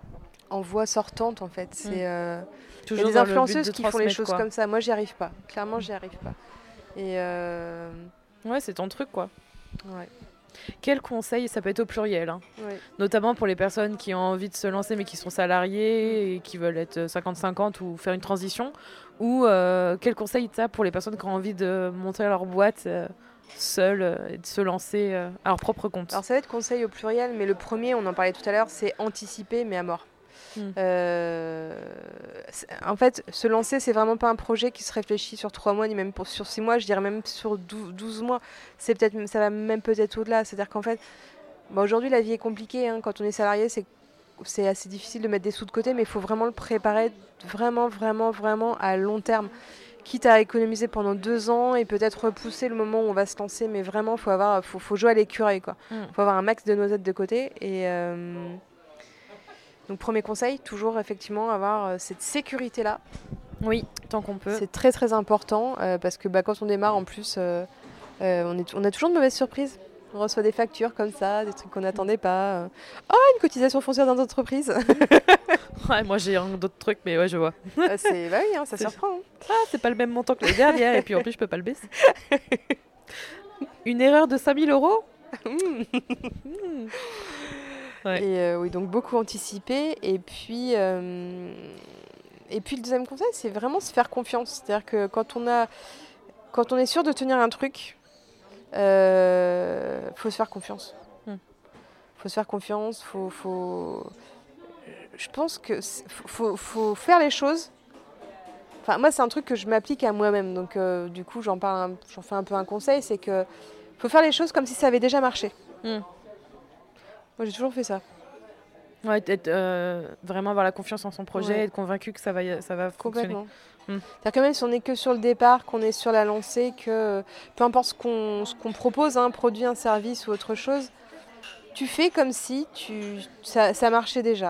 en voie sortante en fait. C'est, Mm. euh, il y Toujours a des dans le but influenceuses de qui font les transmettre, choses quoi. comme ça. Moi, j'y arrive pas. Clairement, j'y arrive pas. Et euh, Ouais, c'est ton truc, quoi. ouais, Quel conseil, ça peut être au pluriel, hein. ouais. Notamment pour les personnes qui ont envie de se lancer mais qui sont salariées et qui veulent être cinquante cinquante ou faire une transition, ou euh, quel conseil tu as pour les personnes qui ont envie de monter leur boîte euh, seules euh, et de se lancer euh, à leur propre compte. Alors, ça va être conseil au pluriel, mais le premier, on en parlait tout à l'heure, c'est anticiper, mais à mort. Mm. Euh, c'est- en fait, se lancer, c'est vraiment pas un projet qui se réfléchit sur trois mois, ni même pour, sur six mois, je dirais même sur douze, douze mois. C'est peut-être, ça va même peut-être au-delà. C'est-à-dire qu'en fait, bah, aujourd'hui, la vie est compliquée, hein. Quand on est salarié, c'est, c'est assez difficile de mettre des sous de côté, mais il faut vraiment le préparer vraiment, vraiment, vraiment à long terme. Quitte à économiser pendant deux ans et peut-être repousser le moment où on va se lancer, mais vraiment, faut avoir, faut, faut jouer à l'écureuil, quoi. Mm. Faut avoir un max de noisettes de côté. Et euh, donc, premier conseil, toujours effectivement avoir euh, cette sécurité-là. Oui, tant qu'on peut. C'est très très important euh, parce que bah, quand on démarre, en plus, euh, euh, on, est, on a toujours de mauvaises surprises. On reçoit des factures comme ça, des trucs qu'on n'attendait pas. euh. Oh, une cotisation foncière dans l'entreprise. Ouais, moi j'ai un d'autres trucs, mais ouais, je vois. Euh, c'est, bah oui, hein, ça C'est- surprend. hein. Ah, c'est pas le même montant que l'année dernière, et puis en plus, je peux pas le baisser. Une erreur de cinq mille euros. Mmh. Hmm. Ouais. Et euh, oui, donc beaucoup anticiper. Et puis, euh, et puis le deuxième conseil, c'est vraiment se faire confiance. C'est-à-dire que quand on, a, quand on est sûr de tenir un truc, il euh, faut se faire confiance. Il Mm. faut se faire confiance, faut, faut... Je pense que faut, faut, faut faire les choses. Enfin, moi, c'est un truc que je m'applique à moi-même. Donc, euh, du coup, j'en parle, un- j'en fais un peu un conseil, c'est que faut faire les choses comme si ça avait déjà marché. Mm. Moi, j'ai toujours fait ça. Ouais, être, euh, vraiment avoir la confiance en son projet, Ouais. être convaincu que ça va, y- ça va fonctionner. Complètement. Mm. C'est-à-dire que même si on n'est que sur le départ, qu'on est sur la lancée, que euh, peu importe ce qu'on, ce qu'on propose, un produit, un service ou autre chose, tu fais comme si tu, ça, ça marchait déjà.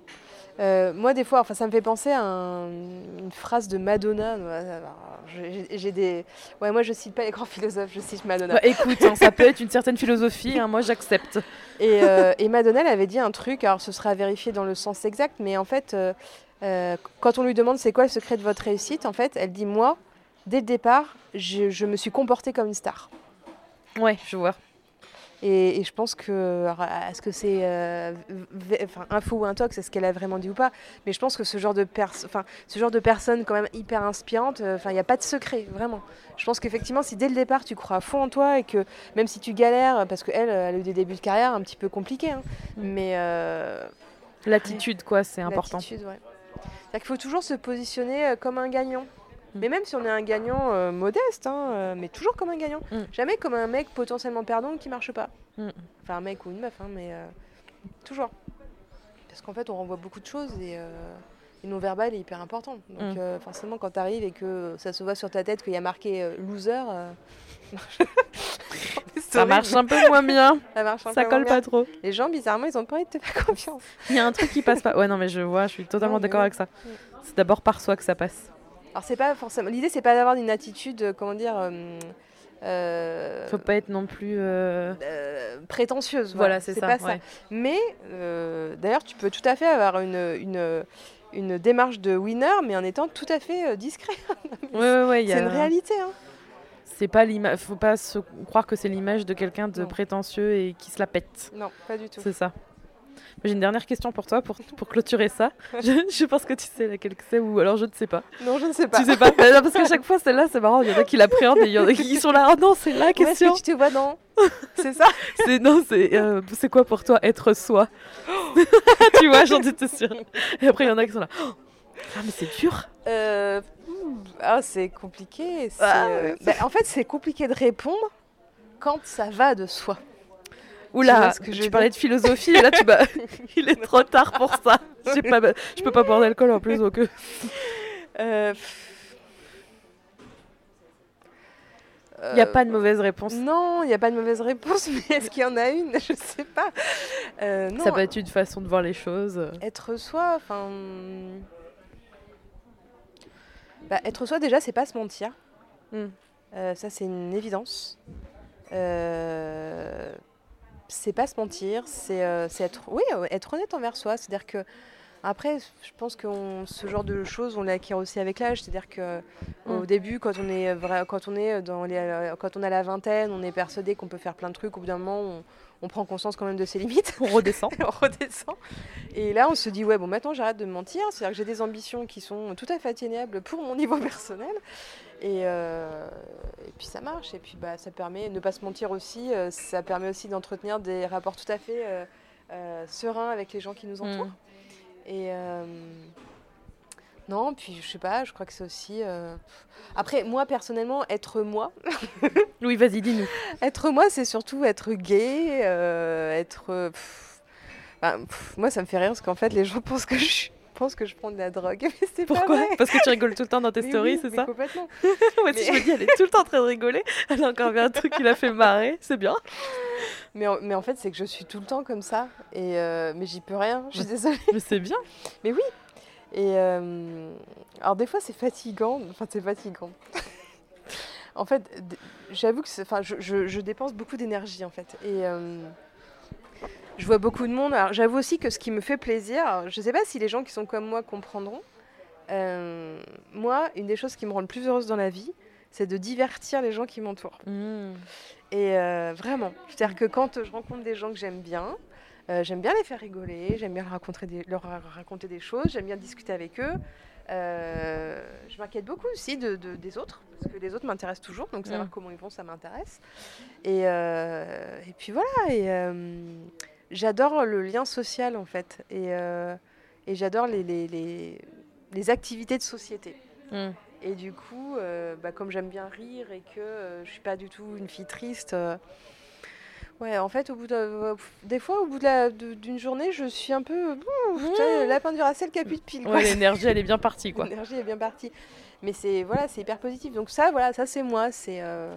Euh, moi, des fois, enfin, ça me fait penser à un- une phrase de Madonna. Alors, j'ai, j'ai des... Ouais, moi, je cite pas les grands philosophes, je cite Madonna. Bah, écoute, hein, ça peut être une certaine philosophie, hein, moi j'accepte. Et, euh, et Madonna, elle avait dit un truc, alors ce sera à vérifier dans le sens exact, mais en fait, euh, euh, quand on lui demande c'est quoi le secret de votre réussite, en fait, elle dit moi, dès le départ, je, je me suis comportée comme une star. Ouais, je vois. Et, et je pense que, alors, est-ce que c'est euh, v- enfin, info ou intox, est-ce qu'elle a vraiment dit ou pas? Mais je pense que ce genre de, pers- enfin, ce genre de personne quand même hyper inspirante, euh, enfin, il n'y a pas de secret, vraiment. Je pense qu'effectivement, si dès le départ tu crois à fond en toi et que même si tu galères, parce qu'elle, elle a eu des débuts de carrière un petit peu compliqués, hein, Mm. mais euh, L'attitude, quoi, c'est important. l'attitude, ouais. C'est-à-dire qu'il faut toujours se positionner euh, comme un gagnant. Mm. Mais même si on est un gagnant euh, modeste, hein, euh, mais toujours comme un gagnant. Mm. Jamais comme un mec potentiellement perdant qui marche pas. Mm. Enfin, un mec ou une meuf, hein, mais euh, toujours. Parce qu'en fait, on renvoie beaucoup de choses et, euh, et non-verbal est hyper important. Donc, Mm. euh, forcément, quand tu arrives et que ça se voit sur ta tête qu'il y a marqué euh, loser, euh, c'est Ça horrible. marche un peu moins bien, Ça marche un ça peu colle moins pas bien. trop. Les gens, bizarrement, ils ont pas envie de te faire confiance. Il y a un truc qui passe pas. Ouais, non, mais je vois, je suis totalement Non, mais d'accord oui. avec ça. C'est d'abord par soi que ça passe. Alors, c'est pas forcément. L'idée, c'est pas d'avoir une attitude, euh, comment dire. euh, euh, Faut pas être non plus. euh, euh, prétentieuse. Voilà, Voilà, c'est c'est ça. pas ça. ouais. Mais euh, d'ailleurs, tu peux tout à fait avoir une, une, une démarche de winner, mais en étant tout à fait euh, discret. Ouais, ouais, ouais. il y C'est a- une réalité. Hein. C'est pas l'image. Faut pas se croire que c'est l'image de quelqu'un de Non. prétentieux et qui se la pète. Non, pas du tout. C'est ça. J'ai une dernière question pour toi, pour, pour clôturer ça. Je, je pense que tu sais laquelle que c'est, ou alors je ne sais pas. Non, je ne sais pas. Tu sais pas Mais non, parce qu'à chaque fois, celle-là, c'est marrant. Il y en a qui l'appréhendent et il y en a qui sont là. Oh non, c'est la Où est-ce question. que tu te vois dans C'est ça. C'est non, c'est euh, c'est quoi pour toi être soi? Tu vois, j'en étais sûre. Et après, il y en a qui sont là. Oh, ah, mais c'est dur. Euh, ah, c'est compliqué. c'est, Ah, euh, ouais. bah, en fait, c'est compliqué de répondre quand ça va de soi. Oula, vois ce que je tu veux parlais de philosophie et là, tu m'as. Il est trop tard pour ça. J'ai pas, je peux pas boire d'alcool en plus, donc. euh, Euh, Il n'y a pas de mauvaise réponse. Non, il n'y a pas de mauvaise réponse, mais est-ce qu'il y en a une? Je sais pas. Euh, non, Ça peut être une façon de voir les choses. être soi, enfin. Bah, être soi, déjà, c'est pas se mentir. Mm. Euh, ça, c'est une évidence. Euh, c'est pas se mentir, c'est euh, c'est être, oui, euh, être honnête envers soi. C'est-à-dire que Après, je pense que on- ce genre de choses, on l'acquiert aussi avec l'âge. C'est-à-dire que Mm. au début, quand on est vra- quand on est dans les, quand on a la vingtaine, on est persuadé qu'on peut faire plein de trucs. Au bout d'un moment, on, on prend conscience quand même de ses limites. On redescend. On redescend. Et là, on se dit ouais, bon, maintenant j'arrête de me mentir. C'est-à-dire que j'ai des ambitions qui sont tout à fait atteignables pour mon niveau personnel. Et, euh, et puis ça marche. Et puis bah, ça permet de ne pas se mentir aussi. euh, ça permet aussi d'entretenir des rapports tout à fait euh, euh, sereins avec les gens qui nous entourent. Mm. Et euh, non, puis je sais pas, je crois que c'est aussi. euh, Après, moi personnellement, être moi, Oui, vas-y, dis-nous. être moi, c'est surtout être gay, euh, être. pff, ben, pff, moi, ça me fait rire parce qu'en fait, les gens pensent que je pensent que je prends de la drogue, mais c'est pas Pourquoi? vrai. Parce que tu rigoles tout le temps dans tes Mais stories, oui, c'est mais ça? complètement. Moi aussi, je me dis, elle est tout le temps en train de rigoler. Elle a encore vu un truc qui l'a fait marrer. C'est bien. Mais en, mais en fait, c'est que je suis tout le temps comme ça. Et euh, mais j'y peux rien. Je suis Ouais. désolée. Mais c'est bien. Mais oui. Et euh, alors des fois, c'est fatigant. Enfin, c'est fatigant. En fait, d- j'avoue que c'est- enfin, je, je- je dépense beaucoup d'énergie en fait. Et euh, je vois beaucoup de monde. Alors j'avoue aussi que ce qui me fait plaisir, alors, je ne sais pas si les gens qui sont comme moi comprendront. euh, moi, une des choses qui me rend le plus heureuse dans la vie, c'est de divertir les gens qui m'entourent. Mm. Et euh, vraiment, c'est-à-dire que quand je rencontre des gens que j'aime bien, euh, j'aime bien les faire rigoler, j'aime bien leur raconter des, leur raconter des choses, j'aime bien discuter avec eux. Euh, je m'inquiète beaucoup aussi de, de- des autres, parce que les autres m'intéressent toujours, donc savoir Mm. comment ils vont, ça m'intéresse. Et, euh, et puis voilà, et euh, j'adore le lien social en fait, et, euh, et j'adore les, les, les, les activités de société. Mm. Et du coup, euh, bah, comme j'aime bien rire et que euh, je suis pas du tout une fille triste, euh, ouais, en fait, au bout de, euh, pff, des fois, au bout de la- de- d'une journée, je suis un peu, ouf, tu sais, le lapin du Racel qui a plus de pile. quoi. Ouais, l'énergie, elle est bien partie, quoi. L'énergie est bien partie. Mais c'est voilà, c'est hyper positif. Donc ça, voilà, ça c'est moi, c'est euh,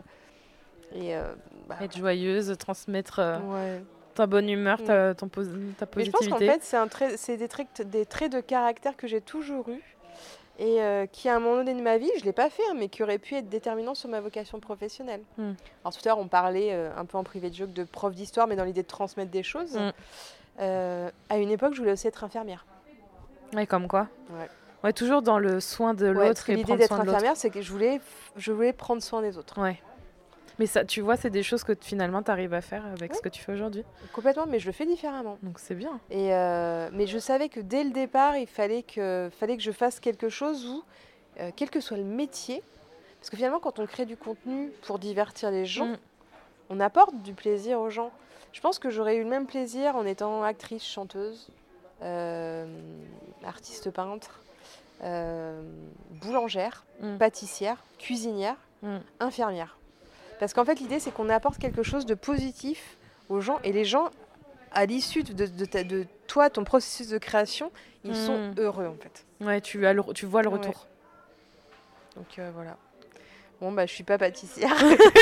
et euh, bah, Être joyeuse, transmettre euh, ouais. ta bonne humeur, Mm. ta, ton pos- ta Mais je pense qu'en positivité. fait, c'est un trait, c'est des traits, des traits de caractère que j'ai toujours eu et euh, qui, à un moment donné de ma vie, je l'ai pas fait, hein, mais qui aurait pu être déterminant sur ma vocation professionnelle. Mm. Alors tout à l'heure, on parlait euh, un peu en privé de joke de prof d'histoire, mais dans l'idée de transmettre des choses. Mm. Euh, à une époque, je voulais aussi être infirmière. Ouais, comme quoi. Ouais. Ouais, toujours dans le soin de Ouais, l'autre parce que et l'idée prendre d'être soin de l'autre. infirmière, c'est que je voulais, je voulais prendre soin des autres. Ouais. Mais ça, tu vois, c'est des choses que t- finalement, tu arrives à faire avec Ouais. ce que tu fais aujourd'hui. Complètement, mais je le fais différemment. Donc c'est bien. Et euh, mais je savais que dès le départ, il fallait que, fallait que je fasse quelque chose où, euh, quel que soit le métier, parce que finalement, quand on crée du contenu pour divertir les gens, Mm. on apporte du plaisir aux gens. Je pense que j'aurais eu le même plaisir en étant actrice, chanteuse, euh, artiste peintre, euh, boulangère, Mm. pâtissière, cuisinière, Mm. infirmière. Parce qu'en fait, l'idée, c'est qu'on apporte quelque chose de positif aux gens. Et les gens, à l'issue de, de, ta- de toi, ton processus de création, ils Mm. sont heureux, en fait. Ouais, tu, as le, tu vois le Ouais. retour. Donc euh, voilà. Bon, bah, je suis pas pâtissière.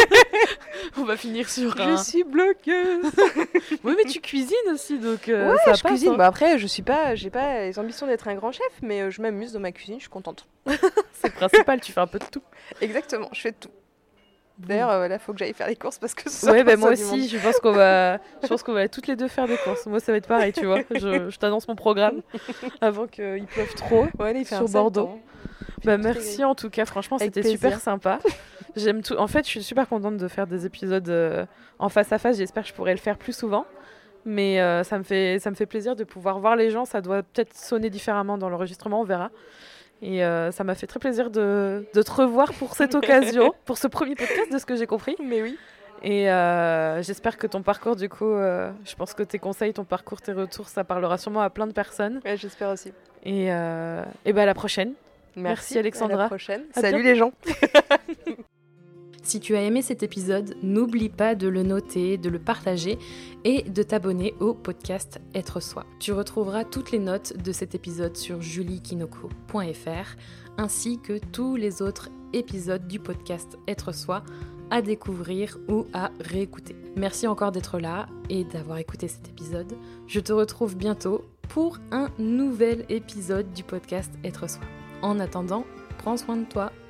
On va finir sur Je un... suis bloqueuse. Oui, mais tu cuisines aussi, donc euh, Ouais, ça je passe, cuisine. hein. Bah, après, je suis pas, j'ai pas les ambitions d'être un grand chef, mais euh, je m'amuse dans ma cuisine, je suis contente. C'est le principal, tu fais un peu de tout. Exactement, je fais de tout. D'ailleurs, euh, là, faut que j'aille faire les courses parce que ce Ouais, soir, bah, ça moi a du monde. aussi, je pense qu'on va, je pense qu'on va toutes les deux faire des courses. Moi, ça va être pareil, tu vois. Je, je t'annonce mon programme avant qu'il pleuve trop. Ouais, là, il fait sur un sale Bordeaux. temps. Bah, Très merci gris. en tout cas, franchement, Avec c'était plaisir. super sympa. J'aime tout. En fait, je suis super contente de faire des épisodes euh, en face à face. J'espère que je pourrai le faire plus souvent. Mais euh, ça me fait, ça me fait plaisir de pouvoir voir les gens. Ça doit peut-être sonner différemment dans l'enregistrement, on verra. Et euh, ça m'a fait très plaisir de, de te revoir pour cette occasion, pour ce premier podcast, de ce que j'ai compris. Mais oui. Et euh, j'espère que ton parcours, du coup, euh, je pense que tes conseils, ton parcours, tes retours, ça parlera sûrement à plein de personnes. Ouais, j'espère aussi. Et, euh, et ben à la prochaine. Merci, Alexandra. À la prochaine. À Salut bientôt. les gens. Si tu as aimé cet épisode, n'oublie pas de le noter, de le partager et de t'abonner au podcast Être Soi. Tu retrouveras toutes les notes de cet épisode sur julie kinoko point f r ainsi que tous les autres épisodes du podcast Être Soi à découvrir ou à réécouter. Merci encore d'être là et d'avoir écouté cet épisode. Je te retrouve bientôt pour un nouvel épisode du podcast Être Soi. En attendant, prends soin de toi.